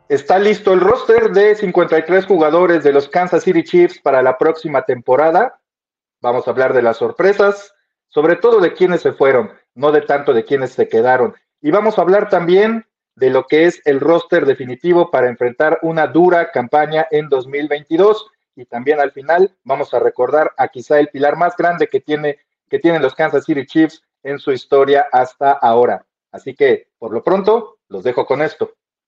Está listo el roster de 53 jugadores de los Kansas City Chiefs para la próxima temporada. Vamos a hablar de las sorpresas, sobre todo de quienes se fueron, no de tanto de quienes se quedaron. Y vamos a hablar también de lo que es el roster definitivo para enfrentar una dura campaña en 2022. Y también al final vamos a recordar a quizá el pilar más grande que tienen los Kansas City Chiefs en su historia hasta ahora. Así que, por lo pronto, los dejo con esto.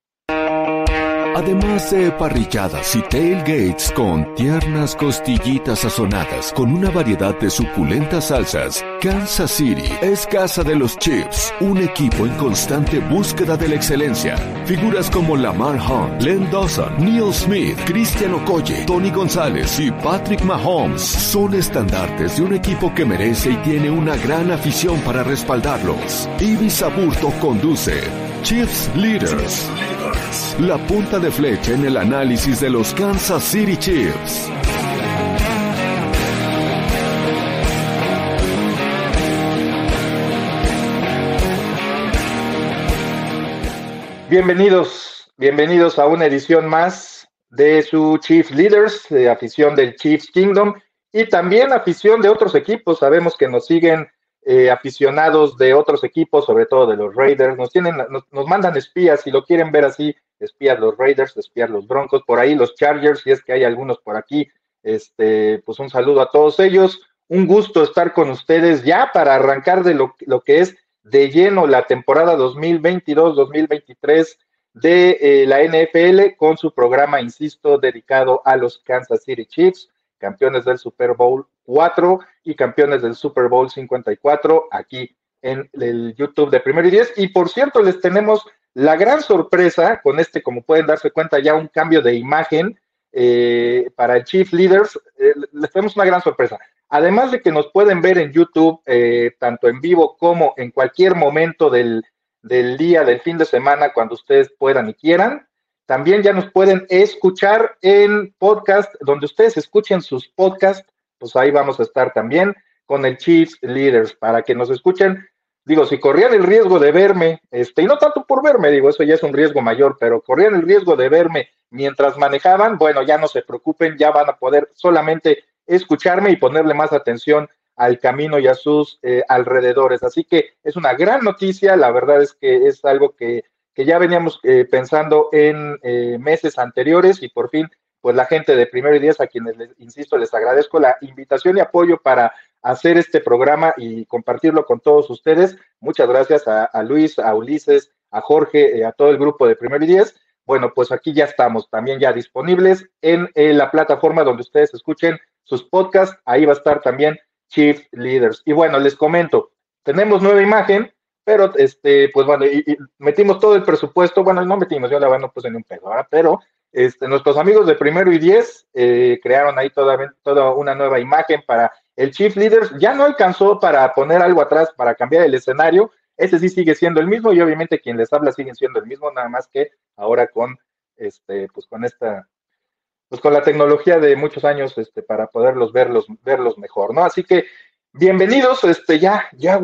Además de parrilladas y tailgates con tiernas costillitas sazonadas con una variedad de suculentas salsas, Kansas City es casa de los Chiefs, un equipo en constante búsqueda de la excelencia. Figuras como Lamar Hunt, Len Dawson, Neil Smith, Christian Okoye, Tony González y Patrick Mahomes son estandartes de un equipo que merece y tiene una gran afición para respaldarlos. Ibis Aburto conduce Chiefs Leaders, la punta de flecha en el análisis de los Kansas City Chiefs. Bienvenidos a una edición más de su Chiefs Leaders, de afición del Chiefs Kingdom y también afición de otros equipos. Sabemos que nos siguen aficionados de otros equipos, sobre todo de los Raiders, nos mandan espías, si lo quieren ver así, espías los Raiders, espías los Broncos, por ahí los Chargers, si es que hay algunos por aquí, pues un saludo a todos ellos, un gusto estar con ustedes ya para arrancar de lo que es de lleno la temporada 2022-2023 de la NFL con su programa, insisto, dedicado a los Kansas City Chiefs, campeones del Super Bowl 4 y campeones del Super Bowl 54 aquí en el YouTube de Primero y 10. Y por cierto, les tenemos la gran sorpresa con como pueden darse cuenta, ya un cambio de imagen para el Chief Leaders. Les tenemos una gran sorpresa. Además de que nos pueden ver en YouTube, tanto en vivo como en cualquier momento del día, del fin de semana, cuando ustedes puedan y quieran. También ya nos pueden escuchar en podcast, donde ustedes escuchen sus podcasts, pues ahí vamos a estar también con el Chiefs Leaders, para que nos escuchen. Digo, si corrían el riesgo de verme, y no tanto por verme, digo, eso ya es un riesgo mayor, pero corrían el riesgo de verme mientras manejaban, bueno, ya no se preocupen, ya van a poder solamente escucharme y ponerle más atención al camino y a sus alrededores. Así que es una gran noticia, la verdad es que es algo que ya veníamos pensando en meses anteriores y por fin, pues la gente de Primero y 10, a quienes, insisto, les agradezco la invitación y apoyo para hacer este programa y compartirlo con todos ustedes. Muchas gracias a Luis, a Ulises, a Jorge, a todo el grupo de Primero y 10. Bueno, pues aquí ya estamos, también ya disponibles en la plataforma donde ustedes escuchen sus podcasts. Ahí va a estar también Chief Leaders. Y bueno, les comento, tenemos nueva imagen, pero pues bueno, y metimos todo el presupuesto, bueno, no metimos, yo la verdad no puse ni un peso, ¿verdad? Pero nuestros amigos de Primero y 10 crearon ahí toda una nueva imagen para el Chief Leaders. Ya no alcanzó para poner algo atrás, para cambiar el escenario, ese sí sigue siendo el mismo y obviamente quien les habla sigue siendo el mismo, nada más que ahora con, pues con esta, pues con la tecnología de muchos años, para poderlos verlos mejor, ¿no? Así que bienvenidos, ya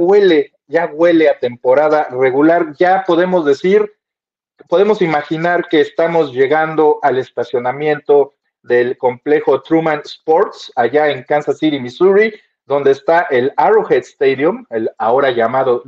huele a temporada regular, ya podemos decir, podemos imaginar que estamos llegando al estacionamiento del complejo Truman Sports, allá en Kansas City, Missouri, donde está el Arrowhead Stadium, el ahora llamado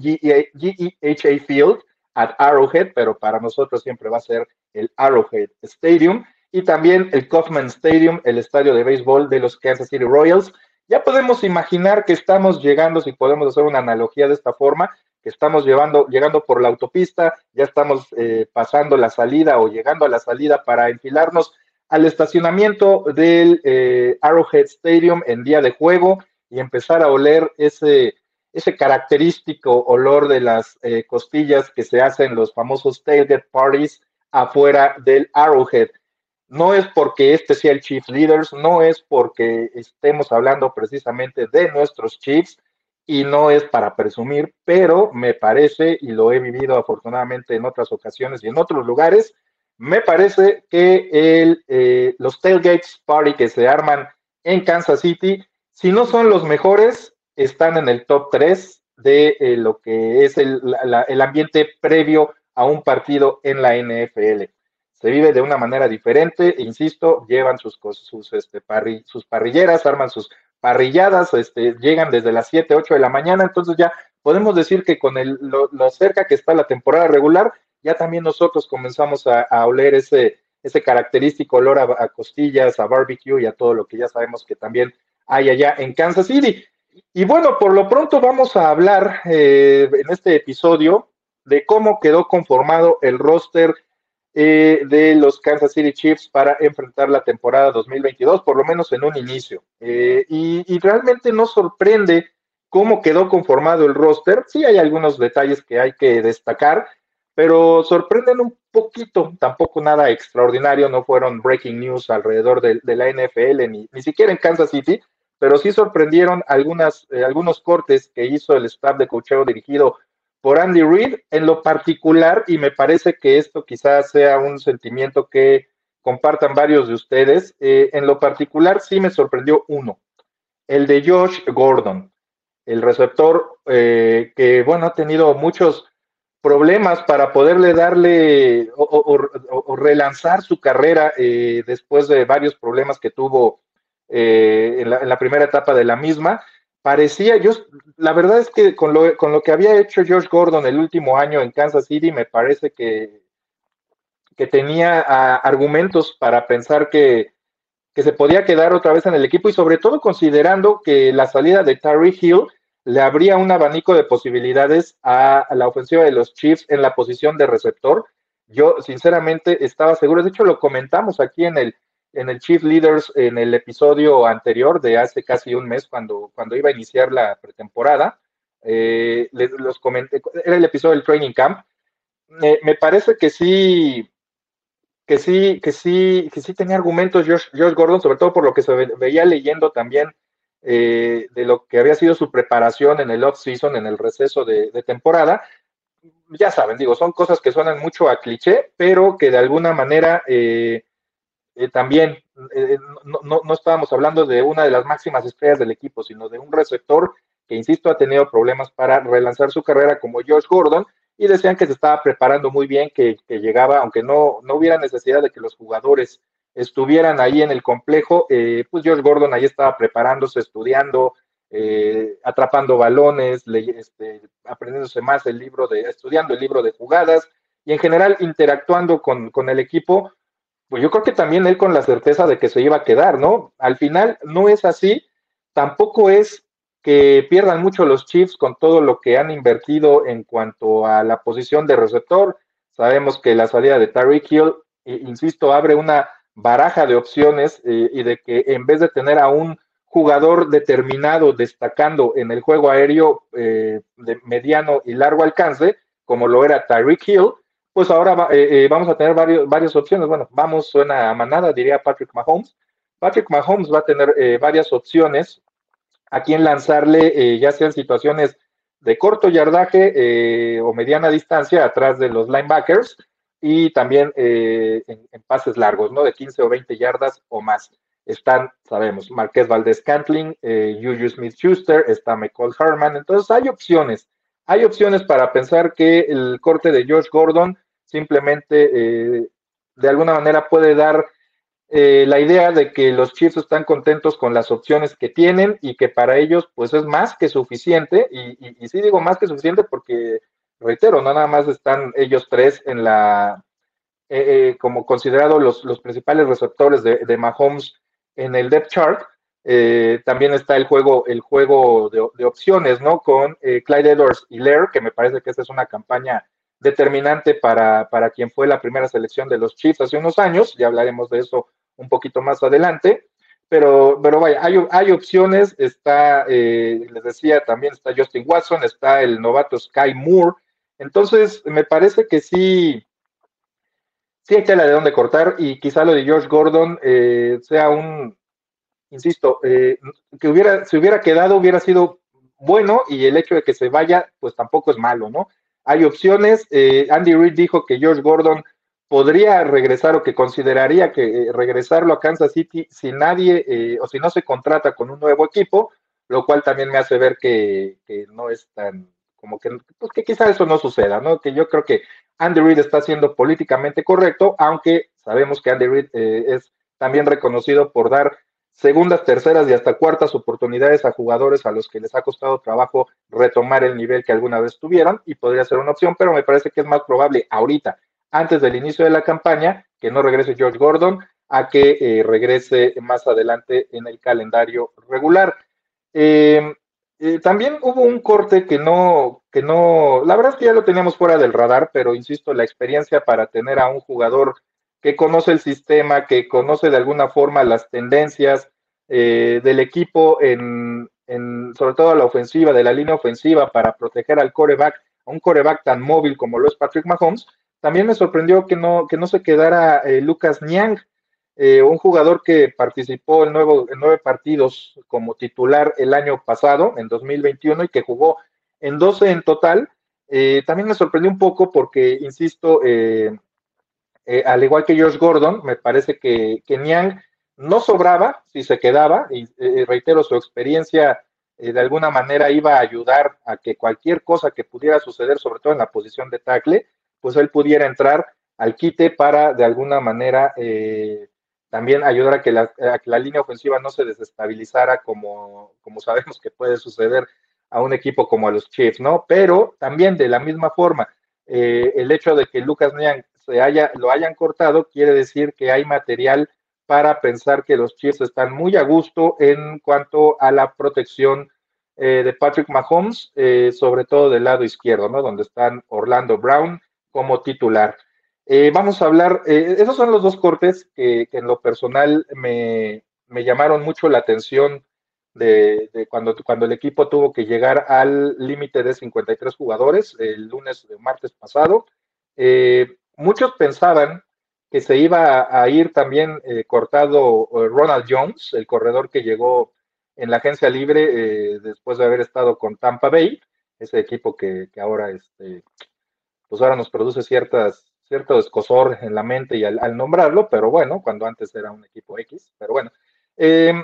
GEHA Field at Arrowhead, pero para nosotros siempre va a ser el Arrowhead Stadium, y también el Kauffman Stadium, el estadio de béisbol de los Kansas City Royals. Ya podemos imaginar que estamos llegando, si podemos hacer una analogía de esta forma, que estamos llegando por la autopista, ya estamos pasando la salida o llegando a la salida para enfilarnos al estacionamiento del Arrowhead Stadium en día de juego y empezar a oler ese característico olor de las costillas que se hacen los famosos tailgate parties afuera del Arrowhead. No es porque este sea el Chiefs Leaders, no es porque estemos hablando precisamente de nuestros Chiefs y no es para presumir, pero me parece, y lo he vivido afortunadamente en otras ocasiones y en otros lugares, me parece que los tailgates party que se arman en Kansas City, si no son los mejores, están en el top 3 de lo que es el ambiente previo a un partido en la NFL. se vive de una manera diferente, e insisto, llevan sus parrilleras, arman sus parrilladas, llegan desde las 7, 8 de la mañana, entonces ya podemos decir que con lo cerca que está la temporada regular, ya también nosotros comenzamos a oler ese característico olor a costillas, a barbecue y a todo lo que ya sabemos que también hay allá en Kansas City. Y bueno, por lo pronto vamos a hablar en este episodio de cómo quedó conformado el roster de los Kansas City Chiefs para enfrentar la temporada 2022, por lo menos en un inicio. Y realmente no sorprende cómo quedó conformado el roster. Sí hay algunos detalles que hay que destacar, pero sorprenden un poquito, tampoco nada extraordinario, no fueron breaking news alrededor de la NFL, ni siquiera en Kansas City, pero sí sorprendieron algunos cortes que hizo el staff de coacheo dirigido por Andy Reid en lo particular, y me parece que esto quizás sea un sentimiento que compartan varios de ustedes. En lo particular sí me sorprendió uno, el de Josh Gordon, el receptor que, bueno, ha tenido muchos problemas para poderle darle o relanzar su carrera después de varios problemas que tuvo en la primera etapa de la misma. Parecía, la verdad es que con lo que había hecho Josh Gordon el último año en Kansas City, me parece que tenía argumentos para pensar que se podía quedar otra vez en el equipo, y sobre todo considerando que la salida de Tyreek Hill le abría un abanico de posibilidades a la ofensiva de los Chiefs en la posición de receptor. Yo sinceramente estaba seguro, de hecho lo comentamos aquí en el Chief Leaders en el episodio anterior de hace casi un mes, cuando iba a iniciar la pretemporada. Los comenté, era el episodio del Training Camp. Me parece que sí tenía argumentos Josh Gordon, sobre todo por lo que se veía leyendo también de lo que había sido su preparación en el off-season, en el receso de temporada. Ya saben, digo, son cosas que suenan mucho a cliché, pero que de alguna manera también no estábamos hablando de una de las máximas estrellas del equipo, sino de un receptor que, insisto, ha tenido problemas para relanzar su carrera como Josh Gordon, y decían que se estaba preparando muy bien, que llegaba, aunque no hubiera necesidad de que los jugadores estuvieran ahí en el complejo, pues Josh Gordon ahí estaba preparándose, estudiando, atrapando balones, aprendiéndose más estudiando el libro de jugadas, y en general interactuando con el equipo. Pues yo creo que también él con la certeza de que se iba a quedar, ¿no? Al final no es así, tampoco es que pierdan mucho los Chiefs con todo lo que han invertido en cuanto a la posición de receptor. Sabemos que la salida de Tyreek Hill, insisto, abre una baraja de opciones, y de que en vez de tener a un jugador determinado destacando en el juego aéreo de mediano y largo alcance, como lo era Tyreek Hill, pues ahora vamos a tener varias opciones. Bueno, suena a manada, diría Patrick Mahomes. Patrick Mahomes va a tener varias opciones a quien lanzarle, ya sean situaciones de corto yardaje o mediana distancia atrás de los linebackers, y también en pases largos, ¿no? De 15 o 20 yardas o más. Están, sabemos, Marquez Valdez-Scantling, Juju Smith-Schuster, está McCall Harman. Entonces hay opciones para pensar que el corte de Josh Gordon simplemente de alguna manera puede dar la idea de que los Chiefs están contentos con las opciones que tienen, y que para ellos pues es más que suficiente, y sí digo más que suficiente porque, reitero, no nada más están ellos tres en como considerados los principales receptores de Mahomes en el depth chart. También está el juego de opciones, ¿no? Con Clyde Edwards-Helaire, que me parece que esta es una campaña determinante para quien fue la primera selección de los Chiefs hace unos años. Ya hablaremos de eso un poquito más adelante, pero vaya, hay opciones. Está, les decía, también está Justin Watson, está el novato Sky Moore. Entonces, me parece que sí hay tela de dónde cortar, y quizá lo de Josh Gordon sea insisto, que se hubiera quedado, hubiera sido bueno, y el hecho de que se vaya, pues tampoco es malo, ¿no? Hay opciones. Andy Reid dijo que Josh Gordon podría regresar, o que consideraría que regresarlo a Kansas City si nadie o si no se contrata con un nuevo equipo, lo cual también me hace ver que no es tan como que, pues que quizá eso no suceda, ¿no? Que yo creo que Andy Reid está siendo políticamente correcto, aunque sabemos que Andy Reid es también reconocido por dar segundas, terceras y hasta cuartas oportunidades a jugadores a los que les ha costado trabajo retomar el nivel que alguna vez tuvieron, y podría ser una opción, pero me parece que es más probable ahorita, antes del inicio de la campaña, que no regrese George Gordon, a que regrese más adelante en el calendario regular. Eh, También hubo un corte la verdad es que ya lo teníamos fuera del radar, pero insisto, la experiencia para tener a un jugador que conoce el sistema, que conoce de alguna forma las tendencias del equipo, sobre todo la ofensiva, de la línea ofensiva, para proteger al coreback, a un coreback tan móvil como lo es Patrick Mahomes. También me sorprendió que no se quedara Lucas Niang, un jugador que participó en 9 partidos como titular el año pasado, en 2021, y que jugó en 12 en total. También me sorprendió un poco porque, insisto, al igual que Josh Gordon, me parece que Niang no sobraba si se quedaba, y reitero, su experiencia de alguna manera iba a ayudar a que cualquier cosa que pudiera suceder, sobre todo en la posición de tackle, pues él pudiera entrar al quite para de alguna manera también ayudar a que la línea ofensiva no se desestabilizara como sabemos que puede suceder a un equipo como a los Chiefs, ¿no? Pero también de la misma forma, el hecho de que Lucas Niang lo hayan cortado quiere decir que hay material para pensar que los Chiefs están muy a gusto en cuanto a la protección de Patrick Mahomes, sobre todo del lado izquierdo, ¿no? Donde están Orlando Brown como titular. Vamos a hablar, esos son los dos cortes que en lo personal me llamaron mucho la atención de cuando el equipo tuvo que llegar al límite de 53 jugadores el martes pasado. Muchos pensaban que se iba a ir también cortado Ronald Jones, el corredor que llegó en la agencia libre después de haber estado con Tampa Bay, ese equipo que ahora pues ahora nos produce cierto escozor en la mente y al nombrarlo, pero bueno, cuando antes era un equipo X, pero bueno. Eh,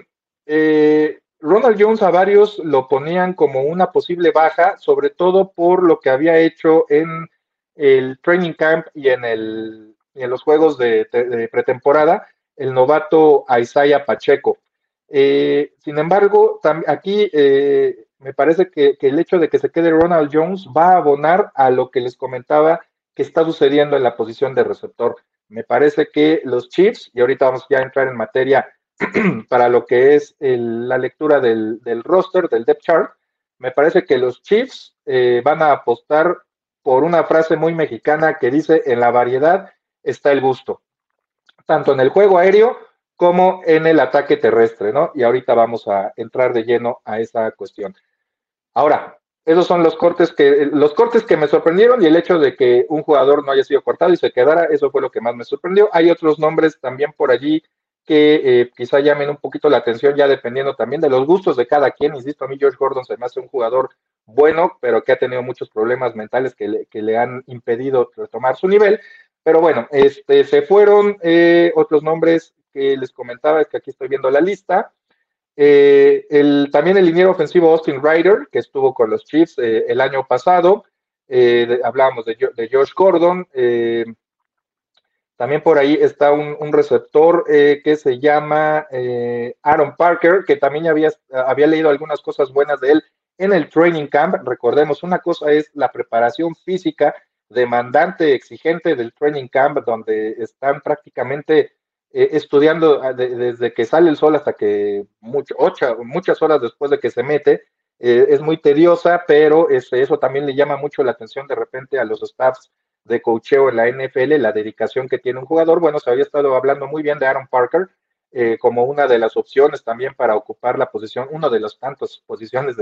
Ronald Jones a varios lo ponían como una posible baja, sobre todo por lo que había hecho en el training camp y en los juegos de pretemporada, el novato Isaiah Pacheco. Sin embargo, aquí me parece que el hecho de que se quede Ronald Jones va a abonar a lo que les comentaba que está sucediendo en la posición de receptor. Me parece que los Chiefs, y ahorita vamos ya a entrar en materia para lo que es la lectura del roster, del depth chart, me parece que los Chiefs van a apostar por una frase muy mexicana que dice: en la variedad está el gusto, tanto en el juego aéreo como en el ataque terrestre, ¿no? Y ahorita vamos a entrar de lleno a esa cuestión. Ahora, esos son los cortes que me sorprendieron, y el hecho de que un jugador no haya sido cortado y se quedara, eso fue lo que más me sorprendió. Hay otros nombres también por allí que quizá llamen un poquito la atención, ya dependiendo también de los gustos de cada quien. Insisto, a mí George Gordon se me hace un jugador bueno, pero que ha tenido muchos problemas mentales que le han impedido retomar su nivel. Pero bueno, se fueron otros nombres que les comentaba, es que aquí estoy viendo la lista. También el liniero ofensivo Austin Ryder, que estuvo con los Chiefs el año pasado. Hablábamos de Josh Gordon. También por ahí está un receptor que se llama Aaron Parker, que también había leído algunas cosas buenas de él en el training camp. Recordemos, una cosa es la preparación física demandante, exigente del training camp, donde están prácticamente estudiando desde que sale el sol hasta que muchas horas después de que se mete. Es muy tediosa, pero eso también le llama mucho la atención de repente a los staffs de coacheo en la NFL, la dedicación que tiene un jugador. Bueno, se había estado hablando muy bien de Aaron Parker como una de las opciones también para ocupar la posición, una de las tantas posiciones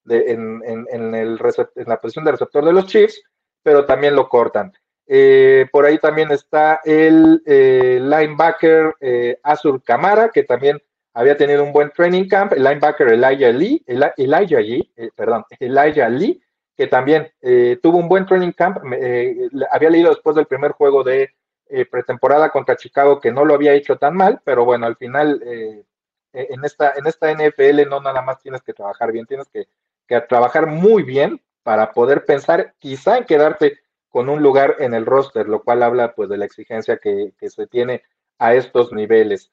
en la posición de receptor de los Chiefs, pero también lo cortan. Por ahí también está el linebacker Azur Kamara, que también había tenido un buen training camp. El linebacker Elijah Lee, que también tuvo un buen training camp. Había leído después del primer juego de pretemporada contra Chicago que no lo había hecho tan mal, pero bueno, al final en esta NFL no nada más tienes que trabajar bien, tienes que trabajar muy bien para poder pensar quizá en quedarte con un lugar en el roster, lo cual habla pues de la exigencia que se tiene a estos niveles.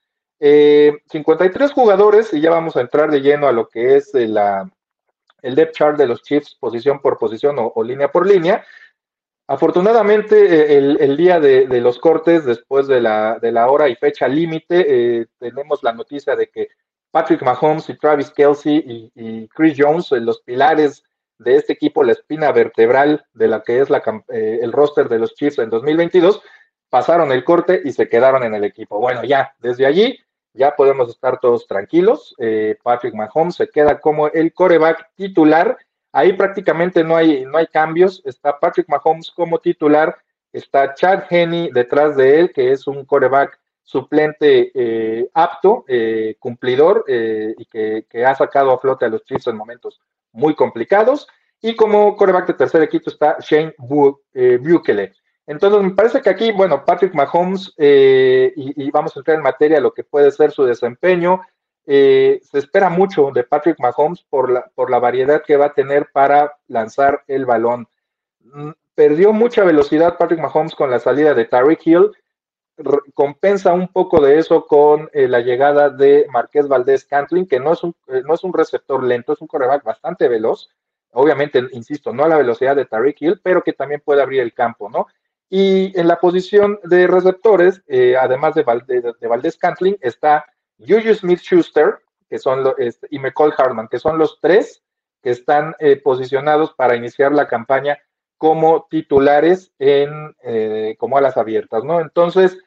53 jugadores, y ya vamos a entrar de lleno a lo que es el depth chart de los Chiefs, posición por posición o línea por línea. Afortunadamente, el día de los cortes, después de la hora y fecha límite, tenemos la noticia de que Patrick Mahomes y Travis Kelce y Chris Jones, los pilares de este equipo, la espina vertebral de la que es el roster de los Chiefs en 2022, pasaron el corte y se quedaron en el equipo. Bueno, ya, desde allí ya podemos estar todos tranquilos. Patrick Mahomes se queda como el quarterback titular. Ahí prácticamente no hay cambios. Está Patrick Mahomes como titular, está Chad Henne detrás de él, que es un quarterback suplente apto, cumplidor, y que ha sacado a flote a los Chiefs en momentos muy complicados. Y como quarterback de tercer equipo está Shane Buechele. Entonces me parece que aquí, bueno, Patrick Mahomes, y vamos a entrar en materia lo que puede ser su desempeño. Se espera mucho de Patrick Mahomes por la variedad que va a tener para lanzar el balón. Perdió mucha velocidad Patrick Mahomes con la salida de Tyreek Hill. Compensa un poco de eso con la llegada de Marqués Valdez-Scantling, que no es un receptor lento, es un quarterback bastante veloz. Obviamente, insisto, no a la velocidad de Tyreek Hill, pero que también puede abrir el campo, ¿no? Y en la posición de receptores, además de Valdez-Scantling, está Juju Smith-Schuster, y McCall Hardman, que son los tres que están posicionados para iniciar la campaña como titulares como alas abiertas, ¿no? Entonces,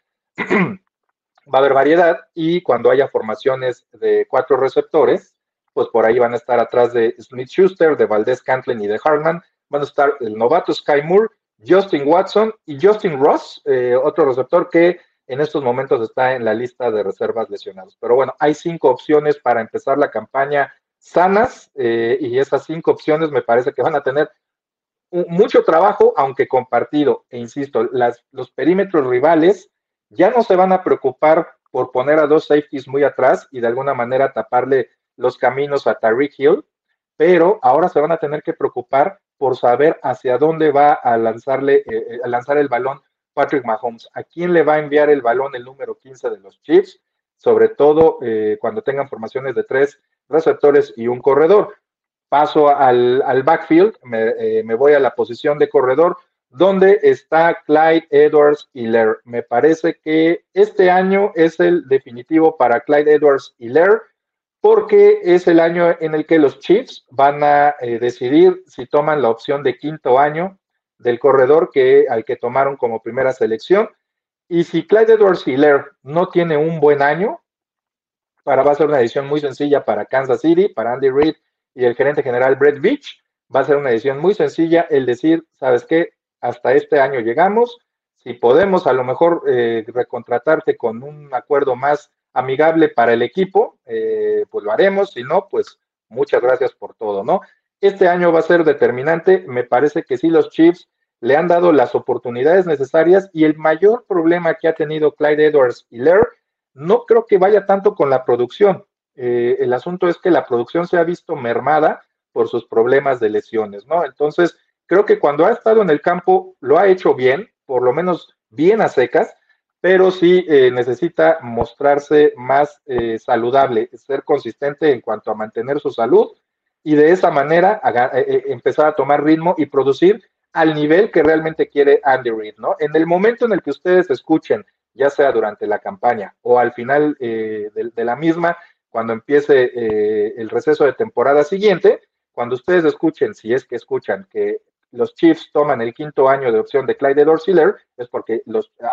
va a haber variedad, y cuando haya formaciones de 4 receptores, pues por ahí van a estar atrás de Smith-Schuster, de Valdez-Scantling y de Hardman, van a estar el novato Sky Moore, Justin Watson y Justin Ross, otro receptor que en estos momentos está en la lista de reservas lesionados. Pero bueno, hay 5 opciones para empezar la campaña sanas, y esas 5 opciones me parece que van a tener mucho trabajo, aunque compartido. E insisto, los perímetros rivales ya no se van a preocupar por poner a 2 safeties muy atrás y de alguna manera taparle los caminos a Tyreek Hill, pero ahora se van a tener que preocupar por saber hacia dónde va a lanzar el balón Patrick Mahomes, a quién le va a enviar el balón el número 15 de los Chiefs, sobre todo cuando tengan formaciones de 3 receptores y un corredor. Paso al backfield, me voy a la posición de corredor, donde está Clyde Edwards-Helaire. Me parece que este año es el definitivo para Clyde Edwards-Helaire, porque es el año en el que los Chiefs van a decidir si toman la opción de quinto año del corredor al que tomaron como primera selección. Y si Clyde Edwards-Helaire no tiene un buen año, va a ser una decisión muy sencilla para Kansas City, para Andy Reid y el gerente general Brett Veach. Va a ser una decisión muy sencilla el decir, ¿sabes qué? Hasta este año llegamos. Si podemos a lo mejor recontratarte con un acuerdo más amigable para el equipo, pues lo haremos. Si no, pues muchas gracias por todo, ¿no? Este año va a ser determinante. Me parece que sí, los Chiefs le han dado las oportunidades necesarias, y el mayor problema que ha tenido Clyde Edwards-Helaire no creo que vaya tanto con la producción. El asunto es que la producción se ha visto mermada por sus problemas de lesiones, ¿no? Entonces, creo que cuando ha estado en el campo lo ha hecho bien, por lo menos bien a secas, pero sí necesita mostrarse más saludable, ser consistente en cuanto a mantener su salud, y de esa manera empezar a tomar ritmo y producir al nivel que realmente quiere Andy Reid, ¿no? En el momento en el que ustedes escuchen, ya sea durante la campaña o al final de la misma, cuando empiece el receso de temporada siguiente, cuando ustedes escuchen, si es que escuchan, que los Chiefs toman el quinto año de opción de Clyde Edwards-Helaire, es porque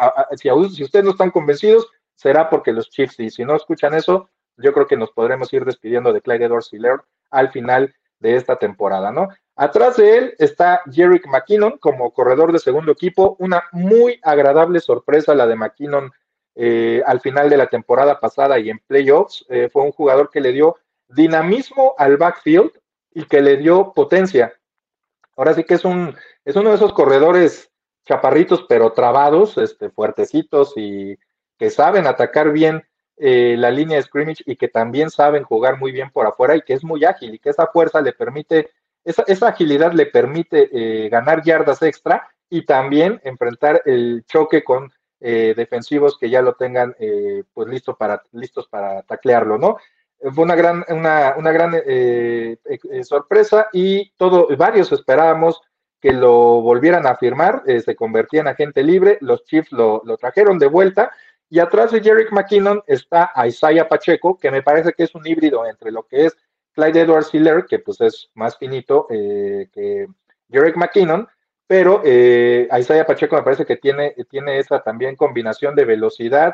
si ustedes no están convencidos, será porque los Chiefs, y si no escuchan eso, yo creo que nos podremos ir despidiendo de Clyde Edwards-Helaire al final de esta temporada, ¿no? Atrás de él está Jerick McKinnon como corredor de segundo equipo, una muy agradable sorpresa la de McKinnon al final de la temporada pasada y en playoffs. Fue un jugador que le dio dinamismo al backfield y que le dio potencia. Ahora sí que es uno de esos corredores chaparritos pero trabados, fuertecitos, y que saben atacar bien la línea de scrimmage, y que también saben jugar muy bien por afuera, y que es muy ágil, y que esa fuerza le permite esa agilidad le permite ganar yardas extra y también enfrentar el choque con defensivos que ya lo tengan pues listos para taclearlo, ¿no? Fue una gran sorpresa y varios esperábamos que lo volvieran a firmar, se convertía en agente libre, los Chiefs lo trajeron de vuelta y atrás de Jerick McKinnon está Isaiah Pacheco, que me parece que es un híbrido entre lo que es Clyde Edwards-Helaire, que pues es más finito que Jerick McKinnon, pero Isaiah Pacheco me parece que tiene esa también combinación de velocidad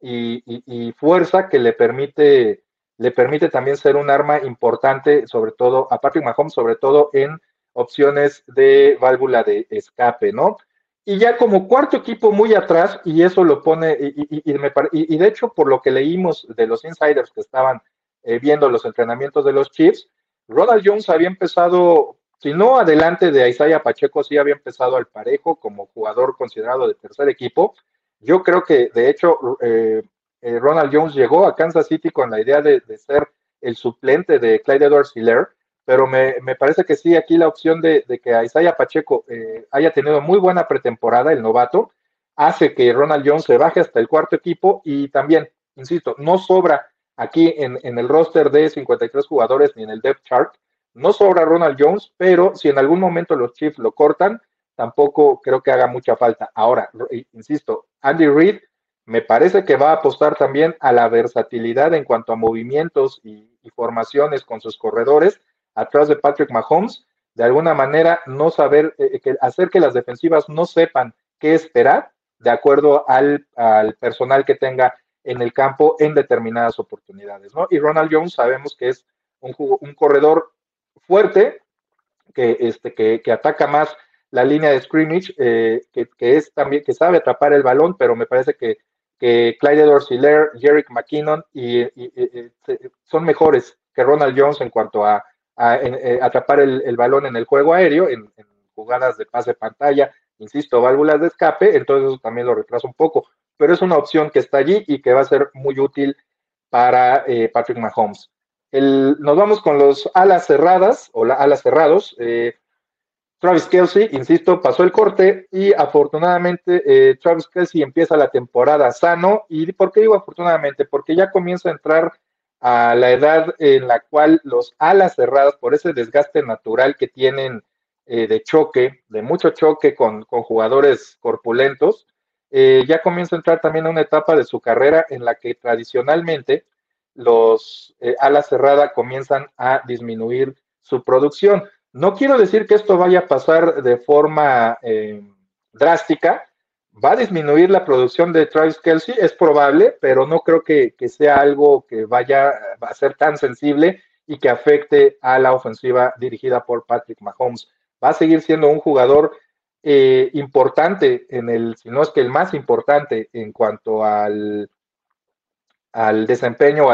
y fuerza que le permite también ser un arma importante, sobre todo a Patrick Mahomes, sobre todo en opciones de válvula de escape, ¿no? Y ya como cuarto equipo muy atrás, y eso lo pone, y de hecho por lo que leímos de los insiders que estaban viendo los entrenamientos de los Chiefs, Ronald Jones había empezado, si no adelante de Isaiah Pacheco, sí había empezado al parejo como jugador considerado de tercer equipo. Yo creo que de hecho Ronald Jones llegó a Kansas City con la idea de ser el suplente de Clyde Edwards-Helaire, pero me parece que sí, aquí la opción de que Isaiah Pacheco haya tenido muy buena pretemporada, el novato, hace que Ronald Jones se baje hasta el cuarto equipo y también, insisto, no sobra aquí en el roster de 53 jugadores ni en el depth chart, no sobra Ronald Jones, pero si en algún momento los Chiefs lo cortan, tampoco creo que haga mucha falta. Ahora, insisto, Andy Reid me parece que va a apostar también a la versatilidad en cuanto a movimientos y formaciones con sus corredores atrás de Patrick Mahomes, de alguna manera no saber, hacer que las defensivas no sepan qué esperar de acuerdo al personal que tenga en el campo en determinadas oportunidades, ¿no? Y Ronald Jones sabemos que es un corredor fuerte, que ataca más la línea de scrimmage, que es también, que sabe atrapar el balón, pero me parece que Clyde Edwards-Helaire, Jerick McKinnon son mejores que Ronald Jones en cuanto a atrapar el balón en el juego aéreo, en jugadas de pase pantalla, insisto, válvulas de escape, entonces eso también lo retrasa un poco, pero es una opción que está allí y que va a ser muy útil para Patrick Mahomes. Nos vamos con los alas cerradas o alas cerrados. Travis Kelce, insisto, pasó el corte y afortunadamente Travis Kelce empieza la temporada sano. ¿Y por qué digo afortunadamente? Porque ya comienza a entrar a la edad en la cual los alas cerradas, por ese desgaste natural que tienen de choque, de mucho choque con jugadores corpulentos, ya comienza a entrar también a una etapa de su carrera en la que tradicionalmente los alas cerradas comienzan a disminuir su producción. No quiero decir que esto vaya a pasar de forma drástica, va a disminuir la producción de Travis Kelce, es probable, pero no creo que sea algo que vaya a ser tan sensible y que afecte a la ofensiva dirigida por Patrick Mahomes. Va a seguir siendo un jugador importante si no es que el más importante en cuanto al desempeño,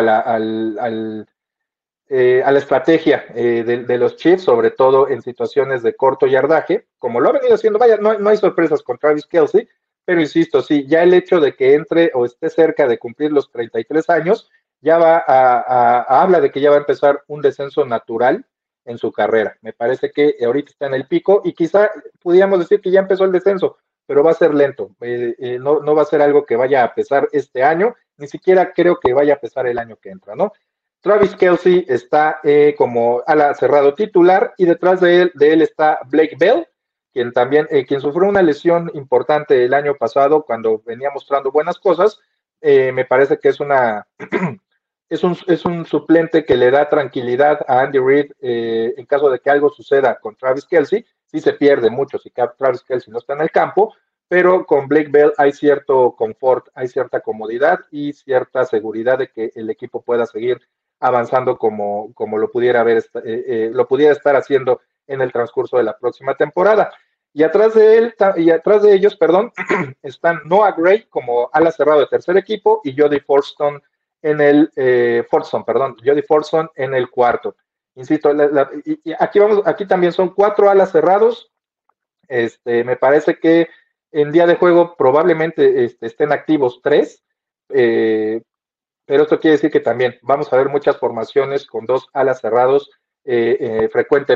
a la estrategia de los Chiefs, sobre todo en situaciones de corto yardaje, como lo ha venido haciendo. Vaya, no hay sorpresas con Travis Kelce, pero insisto, sí, ya el hecho de que entre o esté cerca de cumplir los 33 años, ya habla de que ya va a empezar un descenso natural en su carrera. Me parece que ahorita está en el pico y quizá pudiéramos decir que ya empezó el descenso, pero va a ser lento. No va a ser algo que vaya a pesar este año, ni siquiera creo que vaya a pesar el año que entra, ¿no? Travis Kelce está como ala cerrado titular y detrás de él está Blake Bell, quien sufrió una lesión importante el año pasado cuando venía mostrando buenas cosas. Me parece que es un suplente que le da tranquilidad a Andy Reid en caso de que algo suceda con Travis Kelce. Sí se pierde mucho si Travis Kelce no está en el campo, pero con Blake Bell hay cierto confort, hay cierta comodidad y cierta seguridad de que el equipo pueda seguir avanzando como lo pudiera estar haciendo en el transcurso de la próxima temporada. Y atrás de ellos, están Noah Gray como ala cerrado de tercer equipo y Jody Fortson Jody Fortson en el cuarto. Insisto, y aquí también son 4 alas cerrados. Me parece que en día de juego probablemente estén activos 3, pero esto quiere decir que también vamos a ver muchas formaciones con 2 alas cerrados frecuentemente.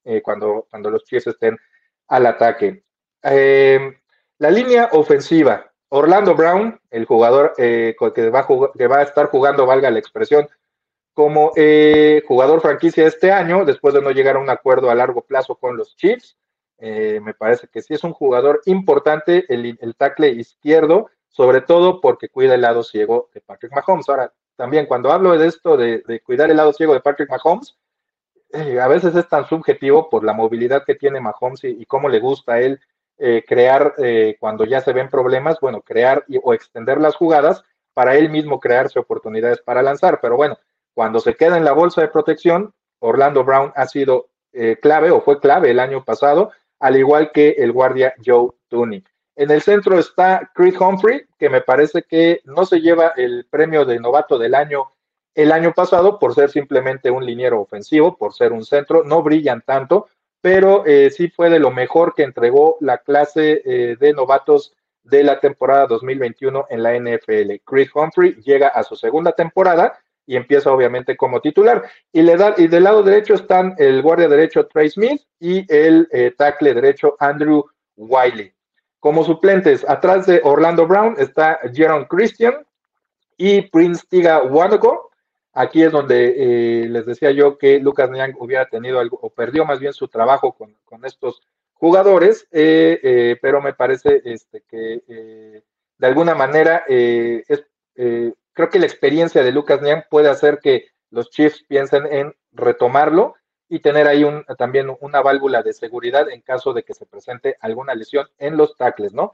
cuando los Chiefs estén al ataque. Eh, la línea ofensiva, Orlando Brown, el jugador que va a estar jugando, valga la expresión, como jugador franquicia este año, después de no llegar a un acuerdo a largo plazo con los Chiefs. Me parece que sí es un jugador importante, el tackle izquierdo, sobre todo porque cuida el lado ciego de Patrick Mahomes. Ahora, también cuando hablo de esto, de cuidar el lado ciego de Patrick Mahomes, a veces es tan subjetivo por la movilidad que tiene Mahomes y cómo le gusta a él crear cuando ya se ven problemas, bueno, crear o extender las jugadas para él mismo crearse oportunidades para lanzar. Pero bueno, cuando se queda en la bolsa de protección, Orlando Brown ha sido clave o fue clave el año pasado, al igual que el guardia Joe Thuney. En el centro está Creed Humphrey, que me parece que no se lleva el premio de novato del año el año pasado por ser simplemente un liniero ofensivo, por ser un centro, no brillan tanto, pero sí fue de lo mejor que entregó la clase de novatos de la temporada 2021 en la NFL. Creed Humphrey llega a su segunda temporada y empieza obviamente como titular. Y del lado derecho están el guardia derecho Trey Smith y el tackle derecho Andrew Wiley. Como suplentes, atrás de Orlando Brown está Jaron Christian y Prince Tiga Wanago. Aquí es donde les decía yo que Lucas Niang hubiera tenido algo, o perdió más bien su trabajo con estos jugadores, pero me parece que de alguna manera creo que la experiencia de Lucas Niang puede hacer que los Chiefs piensen en retomarlo y tener ahí también una válvula de seguridad en caso de que se presente alguna lesión en los tackles, ¿no?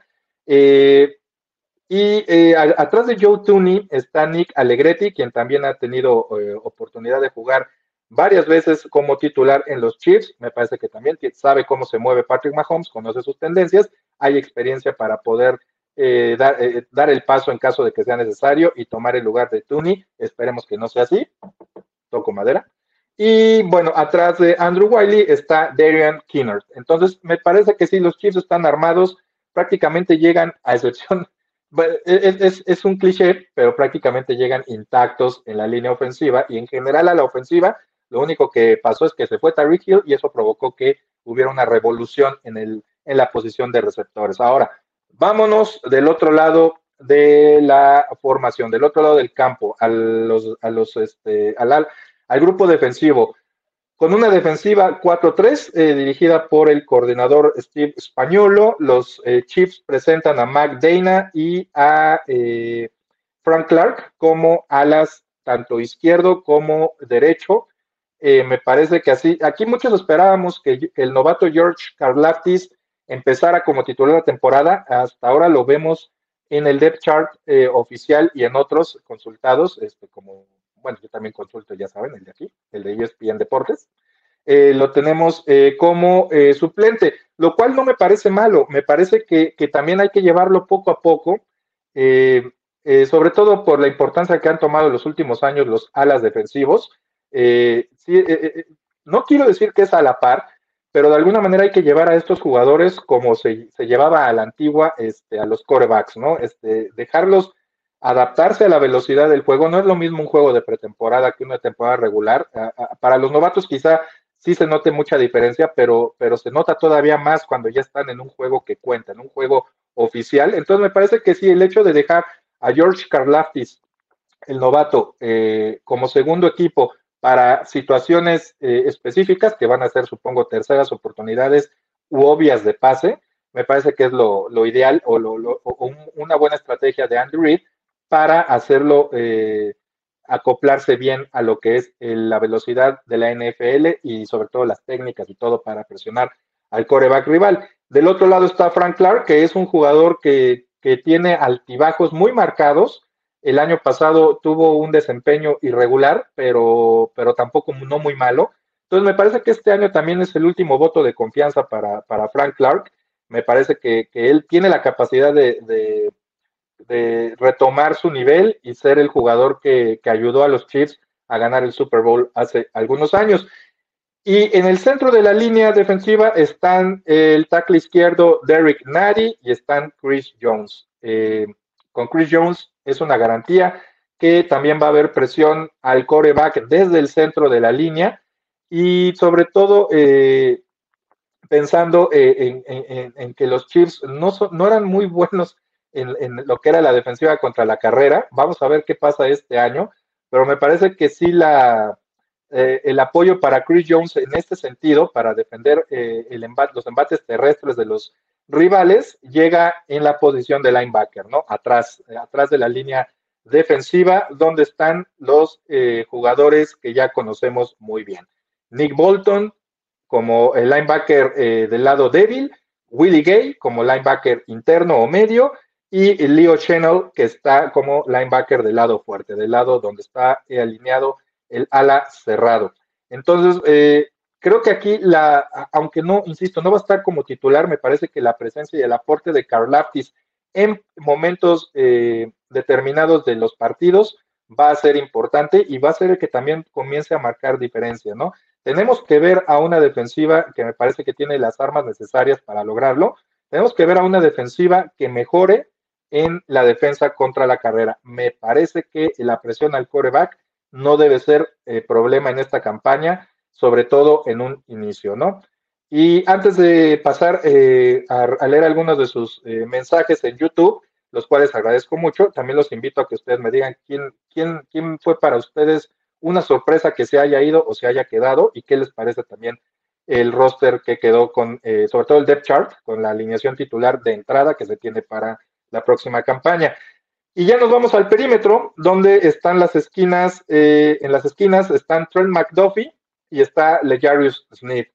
Atrás de Joe Thuney está Nick Allegretti, quien también ha tenido oportunidad de jugar varias veces como titular en los Chiefs. Me parece que también sabe cómo se mueve Patrick Mahomes, conoce sus tendencias, hay experiencia para poder dar el paso en caso de que sea necesario y tomar el lugar de Thuney. Esperemos que no sea así. Toco madera. Y bueno, atrás de Andrew Wiley está Darian Kinnard. Entonces, me parece que sí, los Chiefs están armados, prácticamente llegan, a excepción, es un cliché, pero prácticamente llegan intactos en la línea ofensiva y en general a la ofensiva, lo único que pasó es que se fue Tyreek Hill y eso provocó que hubiera una revolución en la posición de receptores. Ahora, vámonos del otro lado de la formación, del otro lado del campo, al grupo defensivo, con una defensiva 4-3 dirigida por el coordinador Steve Spagnuolo. Los Chiefs presentan a Mac Dana y a Frank Clark como alas tanto izquierdo como derecho. Me parece que aquí muchos esperábamos que el novato George Karlaftis empezara como titular de la temporada. Hasta ahora lo vemos en el depth chart oficial y en otros consultados, como bueno, yo también consulto, ya saben, el de aquí, el de ESPN Deportes, lo tenemos como suplente, lo cual no me parece malo, me parece que también hay que llevarlo poco a poco, sobre todo por la importancia que han tomado en los últimos años los alas defensivos. Sí, no quiero decir que es a la par, pero de alguna manera hay que llevar a estos jugadores como se llevaba a la antigua a los quarterbacks, ¿no? Dejarlos adaptarse a la velocidad del juego. No es lo mismo un juego de pretemporada que una temporada regular. Para los novatos quizá sí se note mucha diferencia, pero se nota todavía más cuando ya están en un juego que cuenta, en un juego oficial. Entonces me parece que sí, el hecho de dejar a George Karlaftis, el novato, como segundo equipo para situaciones específicas que van a ser, supongo, terceras oportunidades u obvias de pase, me parece que es lo ideal o una buena estrategia de Andy Reid para hacerlo acoplarse bien a lo que es la velocidad de la NFL y sobre todo las técnicas y todo para presionar al quarterback rival. Del otro lado está Frank Clark, que es un jugador que tiene altibajos muy marcados. El año pasado tuvo un desempeño irregular, pero tampoco no muy malo. Entonces me parece que este año también es el último voto de confianza para Frank Clark. Me parece que él tiene la capacidad de retomar su nivel y ser el jugador que ayudó a los Chiefs a ganar el Super Bowl hace algunos años. Y en el centro de la línea defensiva están el tackle izquierdo Derrick Nnadi y están Chris Jones. Con Chris Jones es una garantía que también va a haber presión al quarterback desde el centro de la línea y sobre todo pensando en que los Chiefs no eran muy buenos en lo que era la defensiva contra la carrera. Vamos a ver qué pasa este año, pero me parece que sí el apoyo para Chris Jones en este sentido, para defender los embates terrestres de los rivales, llega en la posición de linebacker, ¿no? Atrás de la línea defensiva, donde están los jugadores que ya conocemos muy bien. Nick Bolton como el linebacker del lado débil, Willie Gay como linebacker interno o medio, y Leo Chenal, que está como linebacker del lado fuerte, del lado donde está alineado el ala cerrado. Entonces, creo que aquí, aunque no, insisto, no va a estar como titular, me parece que la presencia y el aporte de Karlaftis en momentos determinados de los partidos va a ser importante y va a ser el que también comience a marcar diferencia, ¿no? Tenemos que ver a una defensiva que me parece que tiene las armas necesarias para lograrlo. Tenemos que ver a una defensiva que mejore en la defensa contra la carrera. Me parece que la presión al quarterback no debe ser problema en esta campaña, sobre todo en un inicio, ¿no? Y antes de pasar a leer algunos de sus mensajes en YouTube, los cuales agradezco mucho, también los invito a que ustedes me digan quién fue para ustedes una sorpresa que se haya ido o se haya quedado y qué les parece también el roster que quedó con, sobre todo el depth chart, con la alineación titular de entrada que se tiene para la próxima campaña. Y ya nos vamos al perímetro, donde están las esquinas, en las esquinas están Trent McDuffie y está Lejarius Smith.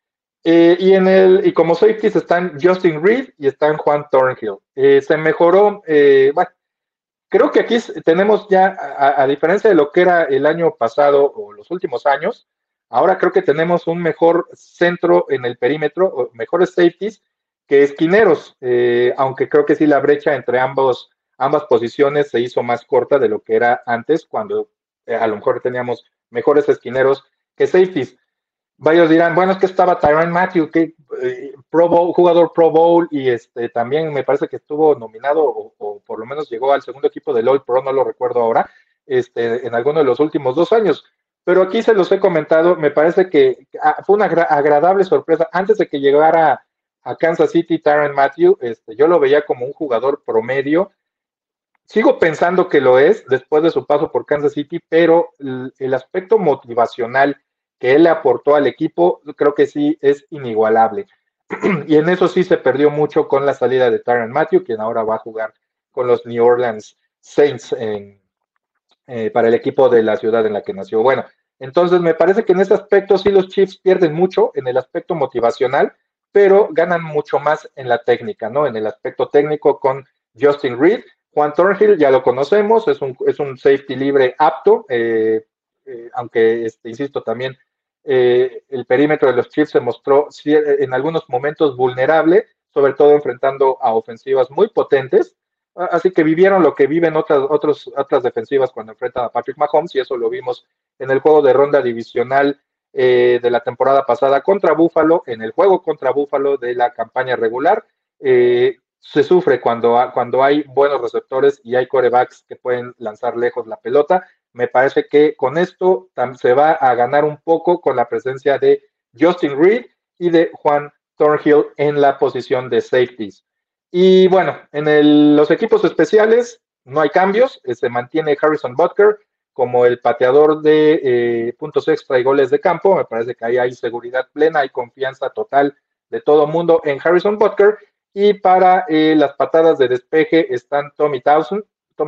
Y como safeties están Justin Reed y están Juan Thornhill. Se mejoró, bueno, creo que aquí tenemos ya, a diferencia de lo que era el año pasado o los últimos años, ahora creo que tenemos un mejor centro en el perímetro, o mejores safeties que esquineros, aunque creo que sí la brecha entre ambas posiciones se hizo más corta de lo que era antes, cuando a lo mejor teníamos mejores esquineros que safeties. Varios dirán, bueno, es que estaba Tyrann Mathieu, que jugador Pro Bowl, y también me parece que estuvo nominado, o por lo menos llegó al segundo equipo del All Pro, no lo recuerdo ahora, en alguno de los últimos 2 años. Pero aquí se los he comentado, me parece que fue una agradable sorpresa. Antes de que llegara a Kansas City Tyrann Mathieu, yo lo veía como un jugador promedio. Sigo pensando que lo es después de su paso por Kansas City, pero el aspecto motivacional que él le aportó al equipo, creo que sí es inigualable. Y en eso sí se perdió mucho con la salida de Tyrann Mathieu, quien ahora va a jugar con los New Orleans Saints para el equipo de la ciudad en la que nació. Bueno, entonces me parece que en ese aspecto sí los Chiefs pierden mucho en el aspecto motivacional, pero ganan mucho más en la técnica, ¿no? En el aspecto técnico con Justin Reed. Juan Thornhill ya lo conocemos, es un safety libre apto, aunque, insisto, también el perímetro de los Chiefs se mostró en algunos momentos vulnerable, sobre todo enfrentando a ofensivas muy potentes. Así que vivieron lo que viven otras defensivas cuando enfrentan a Patrick Mahomes, y eso lo vimos en el juego de ronda divisional de la temporada pasada contra Buffalo, en el juego contra Buffalo de la campaña regular. Se sufre cuando hay buenos receptores y hay quarterbacks que pueden lanzar lejos la pelota. Me parece que con esto se va a ganar un poco con la presencia de Justin Reed y de Juan Thornhill en la posición de safeties. Y bueno, en los equipos especiales no hay cambios, se mantiene Harrison Butker como el pateador de puntos extra y goles de campo. Me parece que ahí hay seguridad plena, hay confianza total de todo el mundo en Harrison Butker. Y para las patadas de despeje están Tommy Townsend,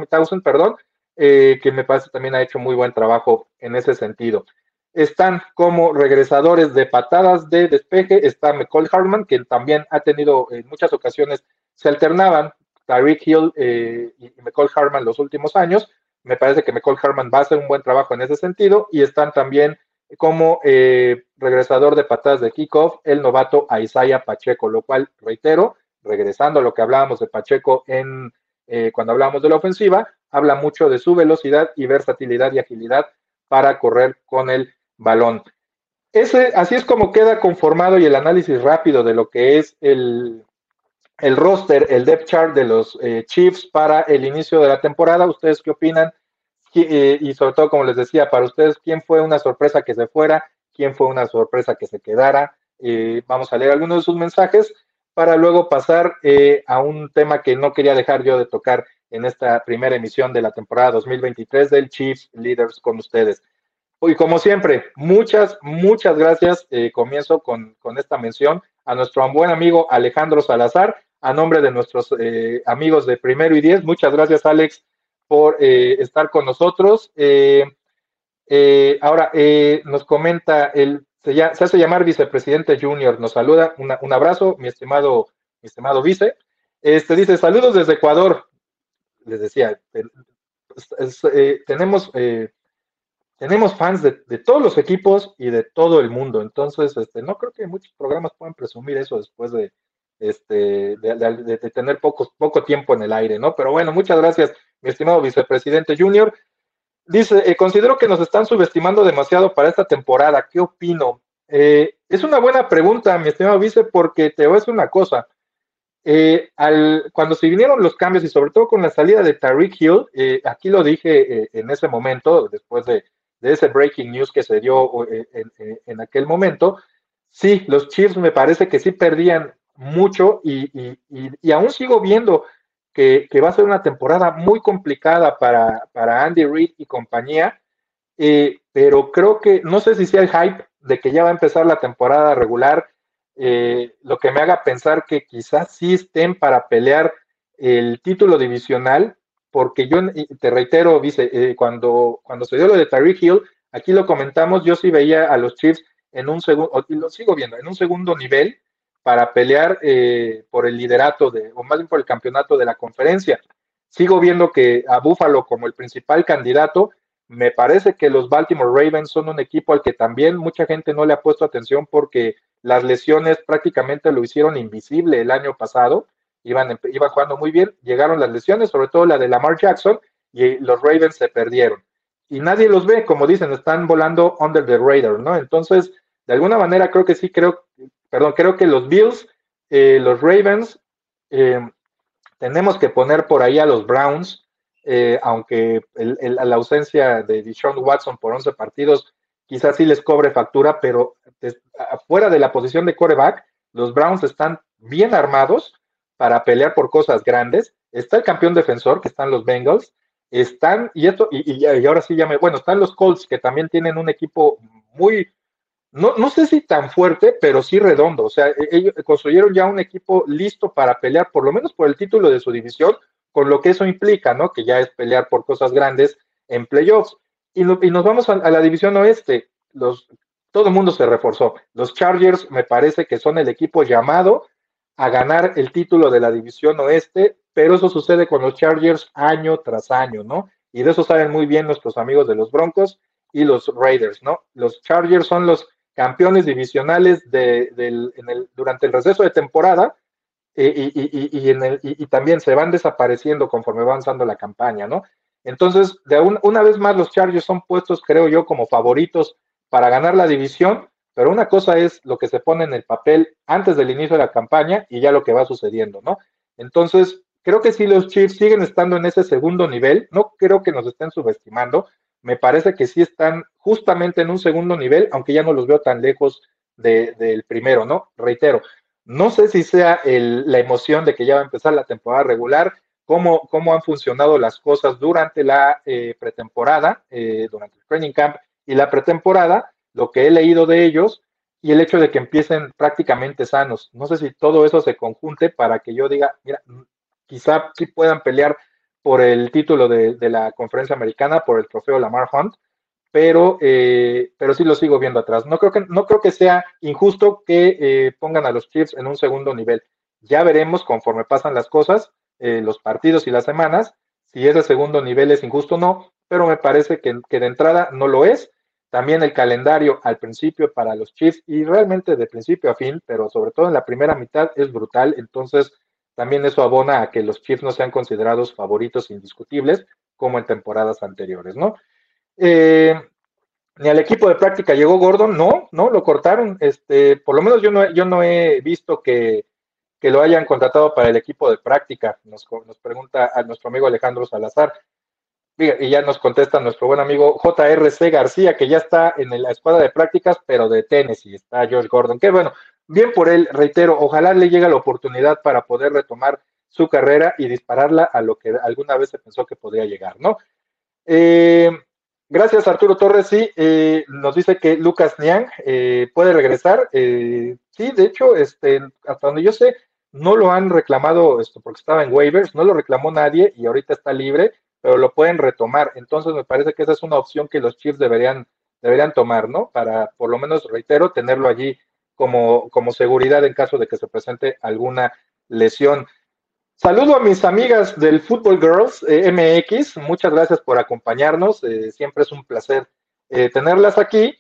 que me parece también ha hecho muy buen trabajo en ese sentido. Están como regresadores de patadas de despeje, está Mecole Hardman, que también ha tenido en muchas ocasiones, se alternaban Tyreek Hill y Mecole Hardman los últimos años. Me parece que Mecole Hardman va a hacer un buen trabajo en ese sentido. Y están también como regresador de patadas de kickoff el novato Isaiah Pacheco, lo cual, reitero, regresando a lo que hablábamos de Pacheco cuando hablábamos de la ofensiva, habla mucho de su velocidad y versatilidad y agilidad para correr con el balón. Así es como queda conformado, y el análisis rápido de lo que es el roster, el depth chart de los Chiefs para el inicio de la temporada. ¿Ustedes qué opinan? Y sobre todo, como les decía, para ustedes, ¿quién fue una sorpresa que se fuera? quién fue una sorpresa que se quedara. Vamos a leer algunos de sus mensajes para luego pasar a un tema que no quería dejar yo de tocar en esta primera emisión de la temporada 2023 del Chiefs Leaders con ustedes. Y como siempre, muchas gracias. Comienzo con esta mención a nuestro buen amigo Alejandro Salazar, a nombre de nuestros amigos de Primero y Diez. Muchas gracias, Alex, por estar con nosotros. Ahora, nos comenta, se hace llamar vicepresidente junior, nos saluda, un abrazo, mi estimado vice. Dice, saludos desde Ecuador. Les decía, tenemos fans de todos los equipos y de todo el mundo, entonces no creo que muchos programas puedan presumir eso después de tener poco tiempo en el aire, ¿no? Pero bueno, muchas gracias, mi estimado vicepresidente junior. Dice, considero que nos están subestimando demasiado para esta temporada, ¿qué opino? Es una buena pregunta, mi estimado vice, porque te voy a decir una cosa. Cuando se vinieron los cambios y sobre todo con la salida de Tyreek Hill, aquí lo dije en ese momento, después de ese breaking news que se dio en aquel momento, sí, los Chiefs me parece que sí perdían mucho y aún sigo viendo que va a ser una temporada muy complicada para Andy Reid y compañía, pero creo que, no sé si sea el hype de que ya va a empezar la temporada regular, lo que me haga pensar que quizás sí estén para pelear el título divisional, porque yo te reitero, vice, cuando se dio lo de Tyreek Hill, aquí lo comentamos, yo sí veía a los Chiefs en un segundo, y lo sigo viendo, en un segundo nivel para pelear por el liderato o más bien por el campeonato de la conferencia. Sigo viendo que a Buffalo como el principal candidato. Me parece que los Baltimore Ravens son un equipo al que también mucha gente no le ha puesto atención porque las lesiones prácticamente lo hicieron invisible el año pasado. Iban jugando muy bien, llegaron las lesiones, sobre todo la de Lamar Jackson, y los Ravens se perdieron. Y nadie los ve, como dicen, están volando under the radar, ¿no? Entonces, de alguna manera creo que los Bills, los Ravens, tenemos que poner por ahí a los Browns, aunque la ausencia de Deshaun Watson por 11 partidos quizás sí les cobre factura, pero fuera de la posición de quarterback, los Browns están bien armados para pelear por cosas grandes. Está el campeón defensor, que están los Bengals, y ahora sí están los Colts, que también tienen un equipo muy, no sé si tan fuerte, pero sí redondo. O sea, ellos construyeron ya un equipo listo para pelear, por lo menos por el título de su división, con lo que eso implica, ¿no? Que ya es pelear por cosas grandes en playoffs. Y nos vamos a la división oeste. Todo el mundo se reforzó. Los Chargers me parece que son el equipo llamado a ganar el título de la división oeste, pero eso sucede con los Chargers año tras año, ¿no? Y de eso saben muy bien nuestros amigos de los Broncos y los Raiders, ¿no? Los Chargers son los campeones divisionales durante el receso de temporada, y también se van desapareciendo conforme va avanzando la campaña, ¿no? Entonces, una vez más, los Chargers son puestos, creo yo, como favoritos para ganar la división, pero una cosa es lo que se pone en el papel antes del inicio de la campaña y ya lo que va sucediendo, ¿no? Entonces, creo que sí, los Chiefs siguen estando en ese segundo nivel, no creo que nos estén subestimando, me parece que sí están justamente en un segundo nivel, aunque ya no los veo tan lejos del primero, ¿no? Reitero, no sé si sea la emoción de que ya va a empezar la temporada regular, cómo han funcionado las cosas durante la pretemporada, durante el training camp y la pretemporada, lo que he leído de ellos y el hecho de que empiecen prácticamente sanos. No sé si todo eso se conjunte para que yo diga, mira, quizá sí puedan pelear por el título de la conferencia americana, por el trofeo Lamar Hunt, pero sí lo sigo viendo atrás. No creo que sea injusto que pongan a los Chiefs en un segundo nivel. Ya veremos conforme pasan las cosas, los partidos y las semanas, si ese segundo nivel es injusto o no, pero me parece que de entrada no lo es. También el calendario al principio para los Chiefs y realmente de principio a fin, pero sobre todo en la primera mitad es brutal, entonces también eso abona a que los Chiefs no sean considerados favoritos indiscutibles como en temporadas anteriores, ¿no? Ni al equipo de práctica llegó Gordon, no, lo cortaron, por lo menos yo no he visto que lo hayan contratado para el equipo de práctica, nos pregunta a nuestro amigo Alejandro Salazar. Y ya nos contesta nuestro buen amigo JRC García, que ya está en la escuadra de prácticas, pero de Tennessee, está Josh Gordon. Que bueno, bien por él, reitero, ojalá le llegue la oportunidad para poder retomar su carrera y dispararla a lo que alguna vez se pensó que podría llegar, ¿no? Gracias, Arturo Torres. Sí, nos dice que Lucas Niang puede regresar. Sí, de hecho, hasta donde yo sé, no lo han reclamado porque estaba en waivers, no lo reclamó nadie y ahorita está libre, pero lo pueden retomar. Entonces, me parece que esa es una opción que los Chiefs deberían tomar, ¿no? Para, por lo menos, reitero, tenerlo allí como seguridad en caso de que se presente alguna lesión. Saludo a mis amigas del Football Girls MX, muchas gracias por acompañarnos, siempre es un placer tenerlas aquí.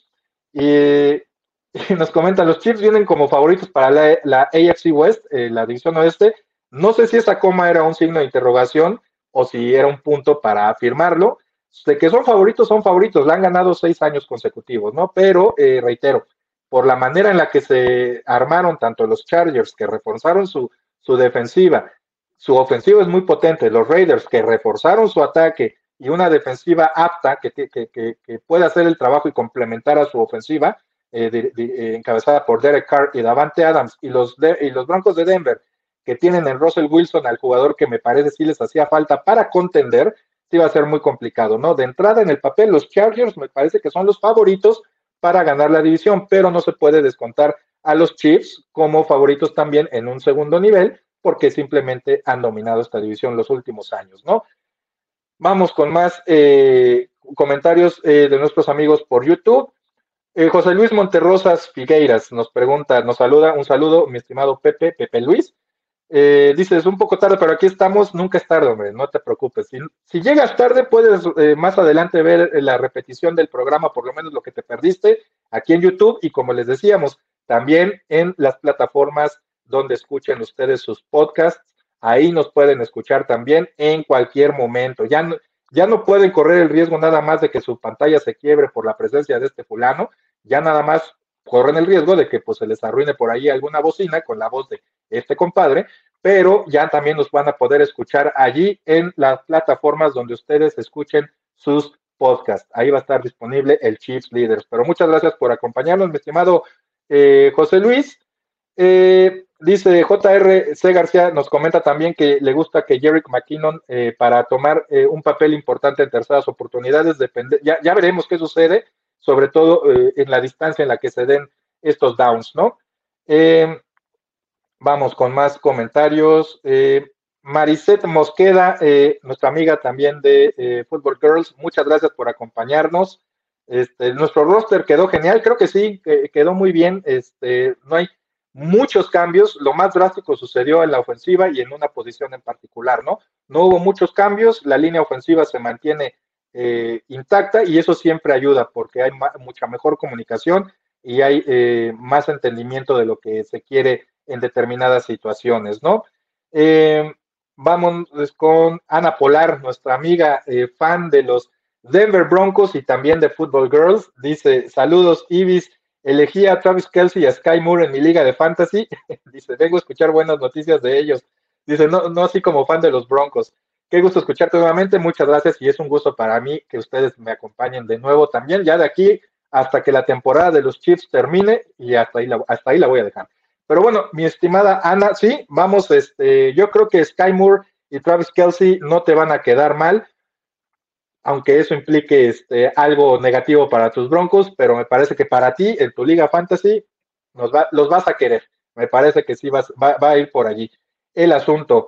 Y, y nos comentan, los Chiefs vienen como favoritos para la AFC West, la división oeste. No sé si esa coma era un signo de interrogación o si era un punto para afirmarlo. De que son favoritos, la han ganado 6 años consecutivos, ¿no? Pero, reitero, por la manera en la que se armaron tanto los Chargers, que reforzaron su defensiva, su ofensiva es muy potente. Los Raiders, que reforzaron su ataque y una defensiva apta que puede hacer el trabajo y complementar a su ofensiva, encabezada por Derek Carr y Davante Adams, y los Broncos de Denver, que tienen en Russell Wilson al jugador que me parece sí les hacía falta para contender, sí va a ser muy complicado, ¿no? De entrada en el papel, los Chargers me parece que son los favoritos para ganar la división, pero no se puede descontar a los Chiefs como favoritos también en un segundo nivel, porque simplemente han dominado esta división los últimos años, ¿no? Vamos con más comentarios de nuestros amigos por YouTube. José Luis Monterrosas Figueiras nos pregunta, nos saluda, un saludo, mi estimado Pepe Luis. Dice, es un poco tarde, pero aquí estamos, nunca es tarde, hombre, no te preocupes. Si llegas tarde, puedes más adelante ver la repetición del programa, por lo menos lo que te perdiste, aquí en YouTube, y como les decíamos, también en las plataformas donde escuchen ustedes sus podcasts, ahí nos pueden escuchar también en cualquier momento. Ya no pueden correr el riesgo nada más de que su pantalla se quiebre por la presencia de este fulano, ya nada más corren el riesgo de que pues se les arruine por ahí alguna bocina con la voz de este compadre, pero ya también nos van a poder escuchar allí en las plataformas donde ustedes escuchen sus podcasts. Ahí va a estar disponible el Chiefs Leaders. Pero muchas gracias por acompañarnos, mi estimado José Luis. Dice JRC García, nos comenta también que le gusta que Jerick McKinnon para tomar un papel importante en terceras oportunidades, ya veremos qué sucede, sobre todo en la distancia en la que se den estos downs, ¿no? Vamos con más comentarios. Maricet Mosqueda, nuestra amiga también de Football Girls, muchas gracias por acompañarnos. Nuestro roster quedó genial, creo que sí, quedó muy bien. No hay muchos cambios, lo más drástico sucedió en la ofensiva y en una posición en particular, ¿no? No hubo muchos cambios, la línea ofensiva se mantiene intacta y eso siempre ayuda porque hay mucha mejor comunicación y hay más entendimiento de lo que se quiere en determinadas situaciones, ¿no? Vamos con Ana Polar, nuestra amiga fan de los Denver Broncos y también de Football Girls. Dice, saludos Ibis, elegí a Travis Kelce y a Sky Moore en mi liga de fantasy. Dice, vengo a escuchar buenas noticias de ellos. Dice, no así como fan de los Broncos. Qué gusto escucharte nuevamente, muchas gracias y es un gusto para mí que ustedes me acompañen de nuevo también, ya de aquí hasta que la temporada de los Chiefs termine y hasta ahí la voy a dejar. Pero bueno, mi estimada Ana, sí, vamos, yo creo que Sky Moore y Travis Kelce no te van a quedar mal, aunque eso implique algo negativo para tus Broncos, pero me parece que para ti, en tu Liga Fantasy, los vas a querer. Me parece que sí va a ir por allí el asunto.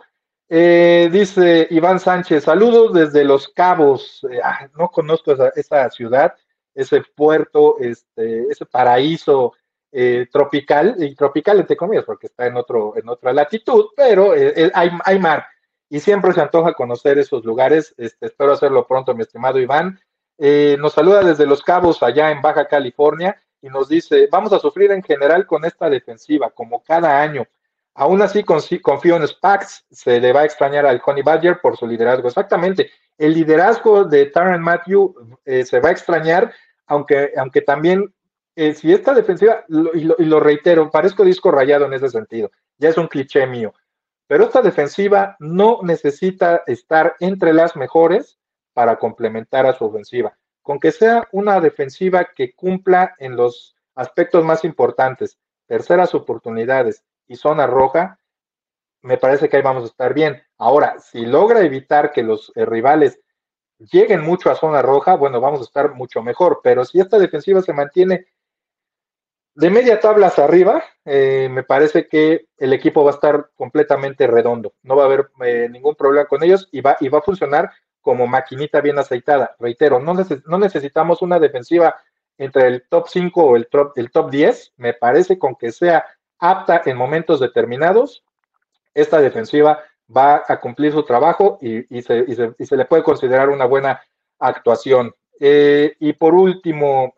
Dice Iván Sánchez, saludos desde Los Cabos. No conozco esa ciudad, ese puerto, ese paraíso tropical, y tropical entre comillas, porque está en otra latitud, pero hay mar. Y siempre se antoja conocer esos lugares. Espero hacerlo pronto, mi estimado Iván. Nos saluda desde Los Cabos, allá en Baja California, y nos dice, vamos a sufrir en general con esta defensiva, como cada año. Aún así, confío en Spags, se le va a extrañar al Honey Badger por su liderazgo. Exactamente, el liderazgo de Tyrann Mathieu se va a extrañar, aunque también, si esta defensiva, y lo reitero, parezco disco rayado en ese sentido, ya es un cliché mío, pero esta defensiva no necesita estar entre las mejores para complementar a su ofensiva. Con que sea una defensiva que cumpla en los aspectos más importantes, terceras oportunidades y zona roja, me parece que ahí vamos a estar bien. Ahora, si logra evitar que los rivales lleguen mucho a zona roja, bueno, vamos a estar mucho mejor. Pero si esta defensiva se mantiene de media tabla hacia arriba, me parece que el equipo va a estar completamente redondo. No va a haber ningún problema con ellos y va a funcionar como maquinita bien aceitada. Reitero, no necesitamos una defensiva entre el top 5 o el top 10. Me parece con que sea apta en momentos determinados, esta defensiva va a cumplir su trabajo y se le puede considerar una buena actuación. Y por último,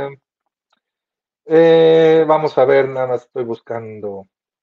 vamos a ver, nada más estoy buscando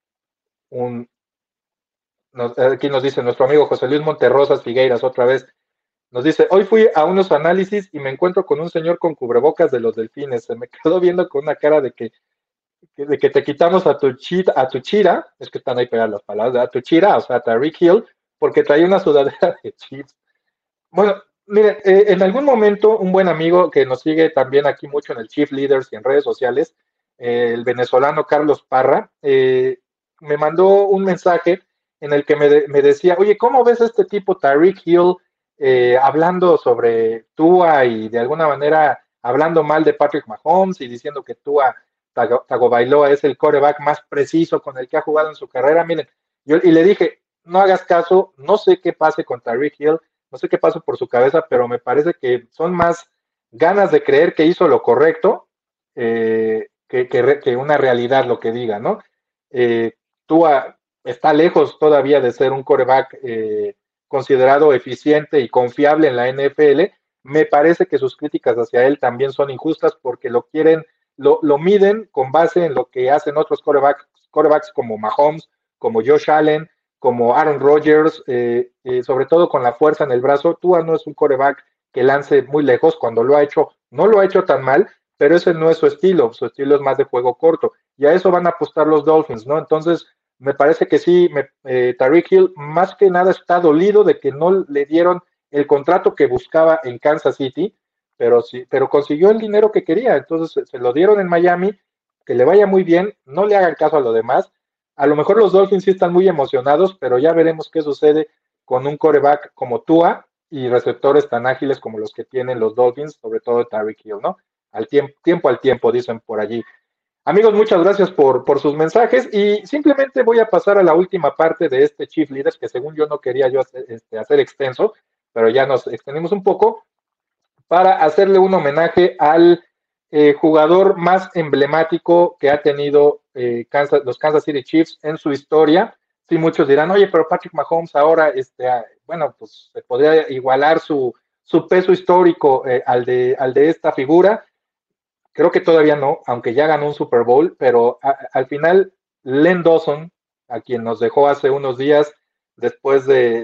aquí nos dice nuestro amigo José Luis Monterrosas Figueiras otra vez. Nos dice, hoy fui a unos análisis y me encuentro con un señor con cubrebocas de los Delfines. Se me quedó viendo con una cara de que te quitamos a tu chira, es que están ahí pegadas las palabras, a tu chira, o sea, a Tyreek Hill, porque trae una sudadera de Chiefs. Bueno, miren, en algún momento un buen amigo que nos sigue también aquí mucho en el Chief Leaders y en redes sociales, el venezolano Carlos Parra, me mandó un mensaje en el que me decía, oye, ¿cómo ves a este tipo Tyreek Hill hablando sobre Tua y de alguna manera hablando mal de Patrick Mahomes y diciendo que Tua Tagovailoa es el quarterback más preciso con el que ha jugado en su carrera? Miren, y le dije, no hagas caso, no sé qué pase con Tyreek Hill, no sé qué pasó por su cabeza, pero me parece que son más ganas de creer que hizo lo correcto que una realidad lo que diga, ¿no? Tua está lejos todavía de ser un quarterback considerado eficiente y confiable en la NFL. Me parece que sus críticas hacia él también son injustas porque lo miden con base en lo que hacen otros quarterbacks como Mahomes, como Josh Allen, como Aaron Rodgers, sobre todo con la fuerza en el brazo. Tua no es un quarterback que lance muy lejos, cuando lo ha hecho, no lo ha hecho tan mal, pero ese no es su estilo es más de juego corto, y a eso van a apostar los Dolphins, ¿no? Entonces, me parece que sí, Tyreek Hill más que nada está dolido de que no le dieron el contrato que buscaba en Kansas City, pero consiguió el dinero que quería, entonces se lo dieron en Miami, que le vaya muy bien, no le hagan caso a lo demás. A lo mejor los Dolphins sí están muy emocionados, pero ya veremos qué sucede con un quarterback como Tua y receptores tan ágiles como los que tienen los Dolphins, sobre todo Tyreek Hill, ¿no? Tiempo al tiempo, dicen por allí. Amigos, muchas gracias por sus mensajes y simplemente voy a pasar a la última parte de este Chief Leaders, que según yo no quería yo hacer extenso, pero ya nos extendimos un poco, para hacerle un homenaje al jugador más emblemático que ha tenido los Kansas City Chiefs en su historia. Sí, muchos dirán, oye, pero Patrick Mahomes ahora, bueno, pues se podría igualar su peso histórico al de esta figura. Creo que todavía no, aunque ya ganó un Super Bowl, pero al final Len Dawson, a quien nos dejó hace unos días, después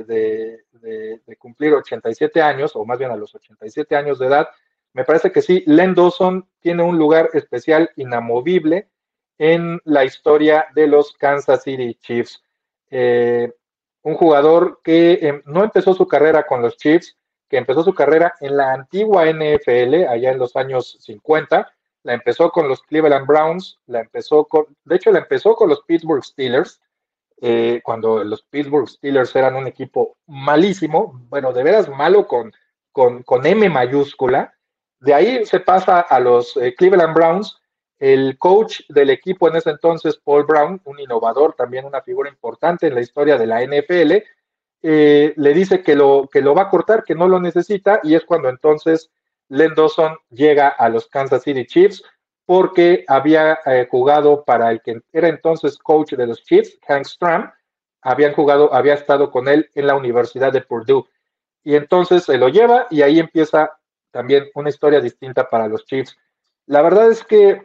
de cumplir 87 años, o más bien a los 87 años de edad, me parece que sí, Len Dawson tiene un lugar especial, inamovible, en la historia de los Kansas City Chiefs. Un jugador que no empezó su carrera con los Chiefs, que empezó su carrera en la antigua NFL, allá en los años 50, la empezó con los Cleveland Browns, de hecho la empezó con los Pittsburgh Steelers, cuando los Pittsburgh Steelers eran un equipo malísimo, bueno, de veras malo con M mayúscula. De ahí se pasa a los Cleveland Browns. El coach del equipo en ese entonces, Paul Brown, un innovador, también una figura importante en la historia de la NFL, le dice que lo va a cortar, que no lo necesita, y es cuando entonces Len Dawson llega a los Kansas City Chiefs porque había jugado para el que era entonces coach de los Chiefs, Hank Stram, había estado con él en la Universidad de Purdue. Y entonces se lo lleva y ahí empieza también una historia distinta para los Chiefs. La verdad es que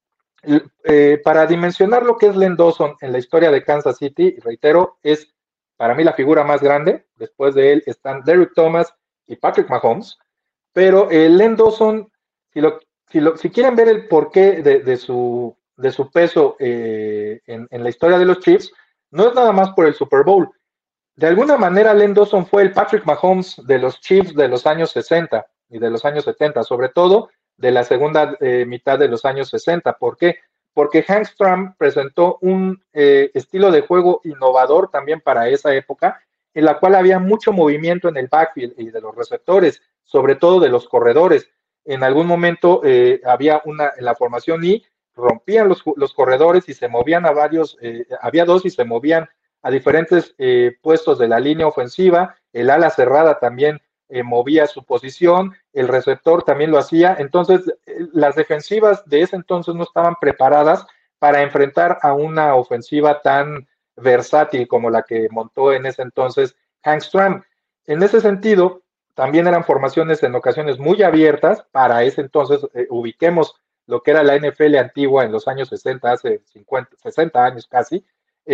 para dimensionar lo que es Len Dawson en la historia de Kansas City, reitero, es para mí la figura más grande. Después de él están Derrick Thomas y Patrick Mahomes. Pero Len Dawson, si quieren ver el porqué de su peso en la historia de los Chiefs, no es nada más por el Super Bowl. de alguna manera Len Dawson fue el Patrick Mahomes de los Chiefs de los años 60 y de los años 70, sobre todo de la segunda mitad de los años 60. ¿Por qué? Porque Hank Stram presentó un estilo de juego innovador también para esa época, en la cual había mucho movimiento en el backfield y de los receptores, sobre todo de los corredores. En algún momento había una en la formación y rompían los corredores y se movían a varios, había dos y se movían a diferentes puestos de la línea ofensiva, el ala cerrada también movía su posición, el receptor también lo hacía, entonces las defensivas de ese entonces no estaban preparadas para enfrentar a una ofensiva tan versátil como la que montó en ese entonces Hank Stram. En ese sentido, también eran formaciones en ocasiones muy abiertas, para ese entonces ubiquemos lo que era la NFL antigua en los años 60, hace 50, 60 años casi,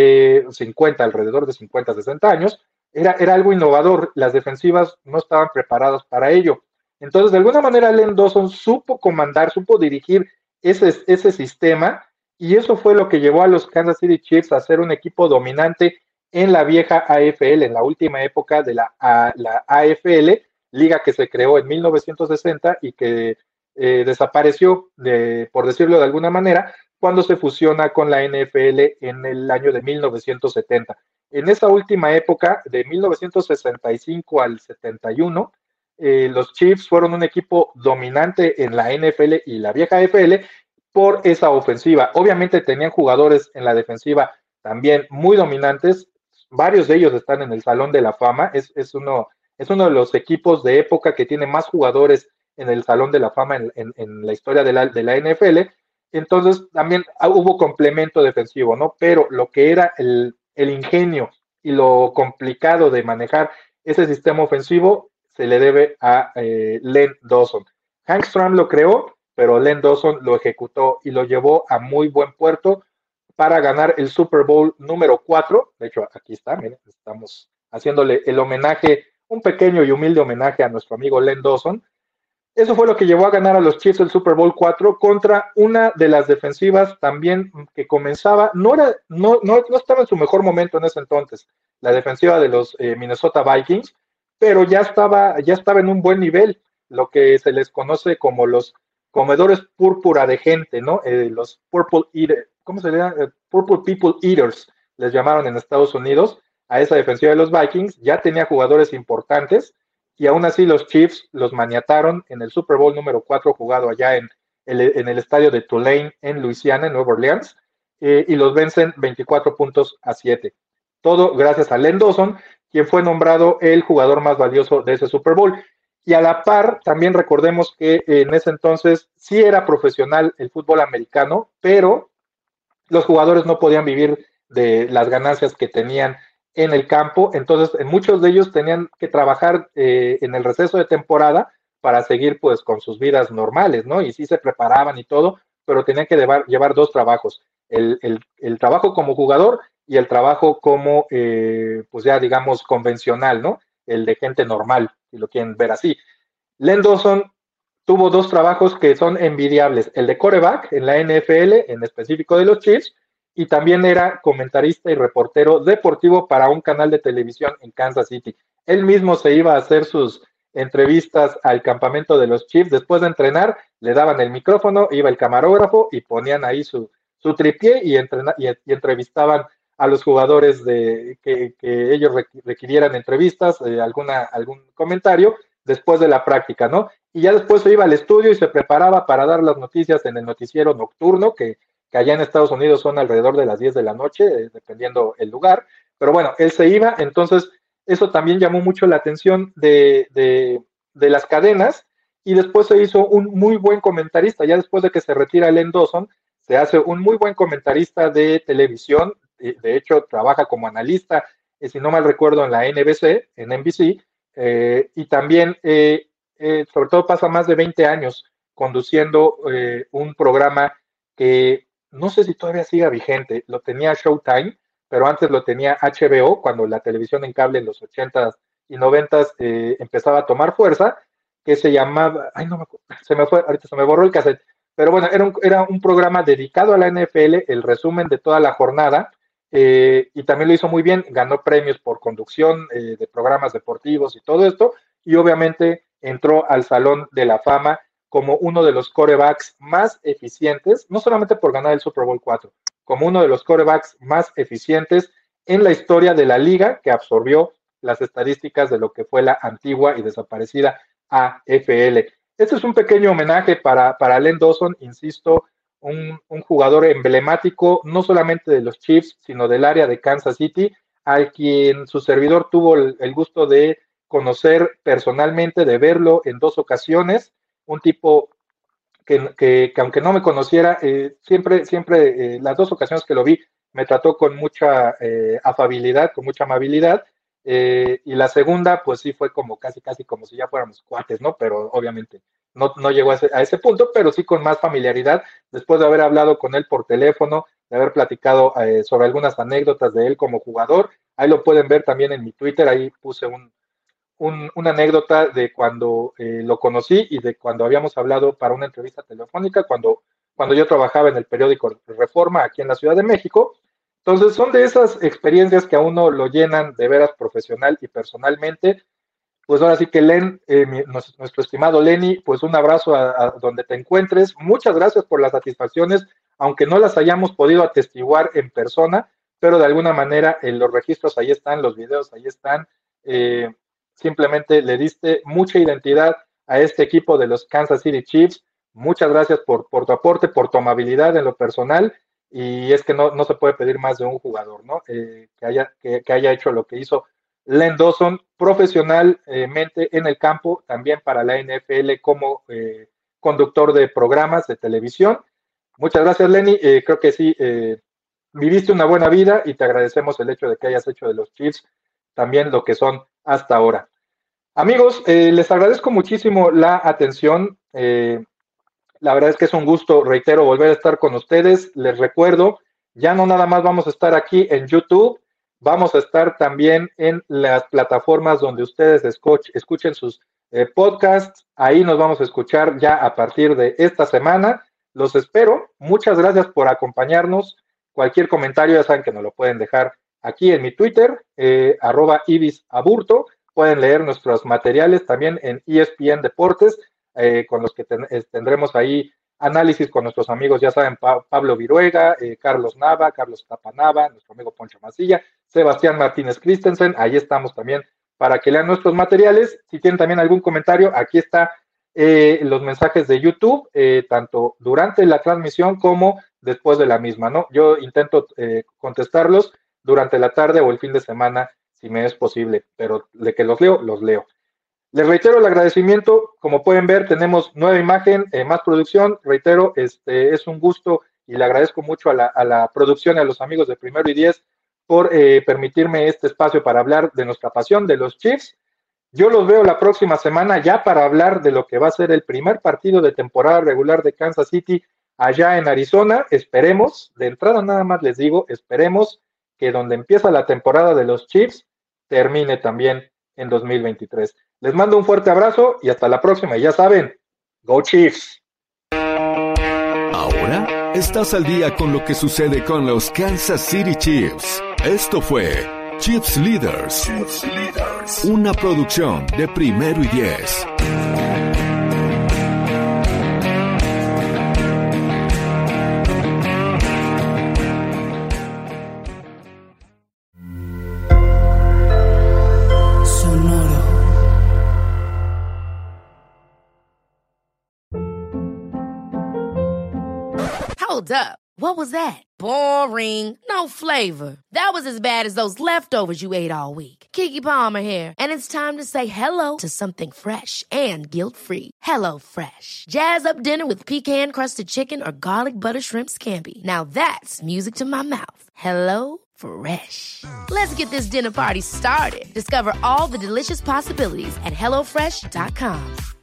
50, alrededor de 50, 60 años, era algo innovador, las defensivas no estaban preparadas para ello. Entonces, de alguna manera, Len Dawson supo comandar, supo dirigir ese sistema, y eso fue lo que llevó a los Kansas City Chiefs a ser un equipo dominante en la vieja AFL, en la última época de la AFL, liga que se creó en 1960 y que desapareció, por decirlo de alguna manera, cuando se fusiona con la NFL en el año de 1970. En esa última época, de 1965 al 71, los Chiefs fueron un equipo dominante en la NFL y la vieja AFL por esa ofensiva. Obviamente tenían jugadores en la defensiva también muy dominantes, varios de ellos están en el Salón de la Fama, es uno de los equipos de época que tiene más jugadores en el Salón de la Fama en la historia de la NFL. Entonces también hubo complemento defensivo, ¿no? Pero lo que era el ingenio y lo complicado de manejar ese sistema ofensivo se le debe a Len Dawson. Hank Stram lo creó, pero Len Dawson lo ejecutó y lo llevó a muy buen puerto para ganar el Super Bowl número 4. De hecho, aquí está, miren, estamos haciéndole el homenaje, un pequeño y humilde homenaje a nuestro amigo Len Dawson. Eso fue lo que llevó a ganar a los Chiefs el Super Bowl 4 contra una de las defensivas también que comenzaba, no estaba en su mejor momento en ese entonces, la defensiva de los Minnesota Vikings, pero ya estaba en un buen nivel, lo que se les conoce como los comedores púrpura de gente, ¿no? Los Purple Eaters, ¿cómo se le llama? Purple People Eaters, les llamaron en Estados Unidos a esa defensiva de los Vikings, ya tenía jugadores importantes, y aún así los Chiefs los maniataron en el Super Bowl número 4 jugado allá en el estadio de Tulane en Luisiana, en Nueva Orleans, y los vencen 24-7. Todo gracias a Len Dawson, quien fue nombrado el jugador más valioso de ese Super Bowl. Y a la par, también recordemos que en ese entonces sí era profesional el fútbol americano, pero los jugadores no podían vivir de las ganancias que tenían en el campo, entonces muchos de ellos tenían que trabajar en el receso de temporada para seguir pues con sus vidas normales, ¿no? Y sí se preparaban y todo, pero tenían que llevar dos trabajos, el trabajo como jugador y el trabajo como, pues ya digamos, convencional, ¿no? El de gente normal, si lo quieren ver así. Len Dawson tuvo dos trabajos que son envidiables, el de quarterback en la NFL, en específico de los Chiefs, y también era comentarista y reportero deportivo para un canal de televisión en Kansas City. Él mismo se iba a hacer sus entrevistas al campamento de los Chiefs. Después de entrenar, le daban el micrófono, iba el camarógrafo y ponían ahí su tripié y entrevistaban a los jugadores que ellos requirieran entrevistas, algún comentario después de la práctica, ¿no? Y ya después se iba al estudio y se preparaba para dar las noticias en el noticiero nocturno, que allá en Estados Unidos son alrededor de las 10 de la noche, dependiendo el lugar. Pero bueno, él se iba, entonces eso también llamó mucho la atención de las cadenas, y después se hizo un muy buen comentarista. Ya después de que se retira Len Dawson, se hace un muy buen comentarista de televisión. De hecho, trabaja como analista, si no mal recuerdo, en la NBC, en NBC, y también, sobre todo, pasa más de 20 años conduciendo un programa que no sé si todavía siga vigente, lo tenía Showtime, pero antes lo tenía HBO, cuando la televisión en cable en los 80s y 90s empezaba a tomar fuerza, que se llamaba, ay, no me acuerdo, se me fue, ahorita se me borró el cassette, pero bueno, era un programa dedicado a la NFL, el resumen de toda la jornada, y también lo hizo muy bien, ganó premios por conducción de programas deportivos y todo esto, y obviamente entró al Salón de la Fama como uno de los quarterbacks más eficientes, no solamente por ganar el Super Bowl 4, como uno de los quarterbacks más eficientes en la historia de la liga, que absorbió las estadísticas de lo que fue la antigua y desaparecida AFL. Este es un pequeño homenaje para Len Dawson, insisto, un jugador emblemático, no solamente de los Chiefs, sino del área de Kansas City, al quien su servidor tuvo el gusto de conocer personalmente, de verlo en 2 ocasiones, un tipo que aunque no me conociera, siempre, las 2 ocasiones que lo vi, me trató con mucha afabilidad, con mucha amabilidad, y la segunda, pues sí fue como casi como si ya fuéramos cuates, ¿no? Pero obviamente no llegó a ese punto, pero sí con más familiaridad, después de haber hablado con él por teléfono, de haber platicado sobre algunas anécdotas de él como jugador. Ahí lo pueden ver también en mi Twitter, ahí puse una anécdota de cuando lo conocí y de cuando habíamos hablado para una entrevista telefónica, cuando yo trabajaba en el periódico Reforma aquí en la Ciudad de México. Entonces son de esas experiencias que a uno lo llenan de veras profesional y personalmente. Pues ahora sí que Len, nuestro estimado Lenny, pues un abrazo a donde te encuentres. Muchas gracias por las satisfacciones, aunque no las hayamos podido atestiguar en persona, pero de alguna manera los registros ahí están, los videos ahí están. Simplemente le diste mucha identidad a este equipo de los Kansas City Chiefs. Muchas gracias por tu aporte, por tu amabilidad en lo personal. Y es que no se puede pedir más de un jugador, ¿no? Que haya hecho lo que hizo Len Dawson profesionalmente en el campo, también para la NFL como conductor de programas de televisión. Muchas gracias, Lenny. Creo que sí, viviste una buena vida y te agradecemos el hecho de que hayas hecho de los Chiefs también lo que son hasta ahora. Amigos, les agradezco muchísimo la atención. La verdad es que es un gusto, reitero, volver a estar con ustedes. Les recuerdo, ya no nada más vamos a estar aquí en YouTube, vamos a estar también en las plataformas donde ustedes escuchen sus podcasts. Ahí nos vamos a escuchar ya a partir de esta semana. Los espero. Muchas gracias por acompañarnos. Cualquier comentario ya saben que nos lo pueden dejar aquí en mi Twitter, @ibisaburto. Pueden leer nuestros materiales también en ESPN Deportes, con los que tendremos ahí análisis con nuestros amigos, ya saben, Pablo Viruega, Carlos Nava, Carlos Tapanava, nuestro amigo Poncho Masilla, Sebastián Martínez Christensen. Ahí estamos también para que lean nuestros materiales. Si tienen también algún comentario, aquí está los mensajes de YouTube, tanto durante la transmisión como después de la misma, ¿no? Yo intento contestarlos durante la tarde o el fin de semana, si me es posible, pero de que los leo, los leo. Les reitero el agradecimiento. Como pueden ver, tenemos nueva imagen, más producción. Reitero, es un gusto y le agradezco mucho a la producción y a los amigos de Primero y 10 por permitirme este espacio para hablar de nuestra pasión, de los Chiefs. Yo los veo la próxima semana ya para hablar de lo que va a ser el primer partido de temporada regular de Kansas City allá en Arizona. Esperemos, de entrada nada más les digo, esperemos que donde empieza la temporada de los Chiefs termine también en 2023. Les mando un fuerte abrazo y hasta la próxima. Y ya saben, ¡Go Chiefs! Ahora estás al día con lo que sucede con los Kansas City Chiefs. Esto fue Chiefs Leaders, una producción de Primero y 10. Hold up. What was that? Boring. No flavor. That was as bad as those leftovers you ate all week. Keke Palmer here, and it's time to say hello to something fresh and guilt-free. Hello Fresh. Jazz up dinner with pecan-crusted chicken or garlic butter shrimp scampi. Now that's music to my mouth. Hello Fresh. Let's get this dinner party started. Discover all the delicious possibilities at HelloFresh.com.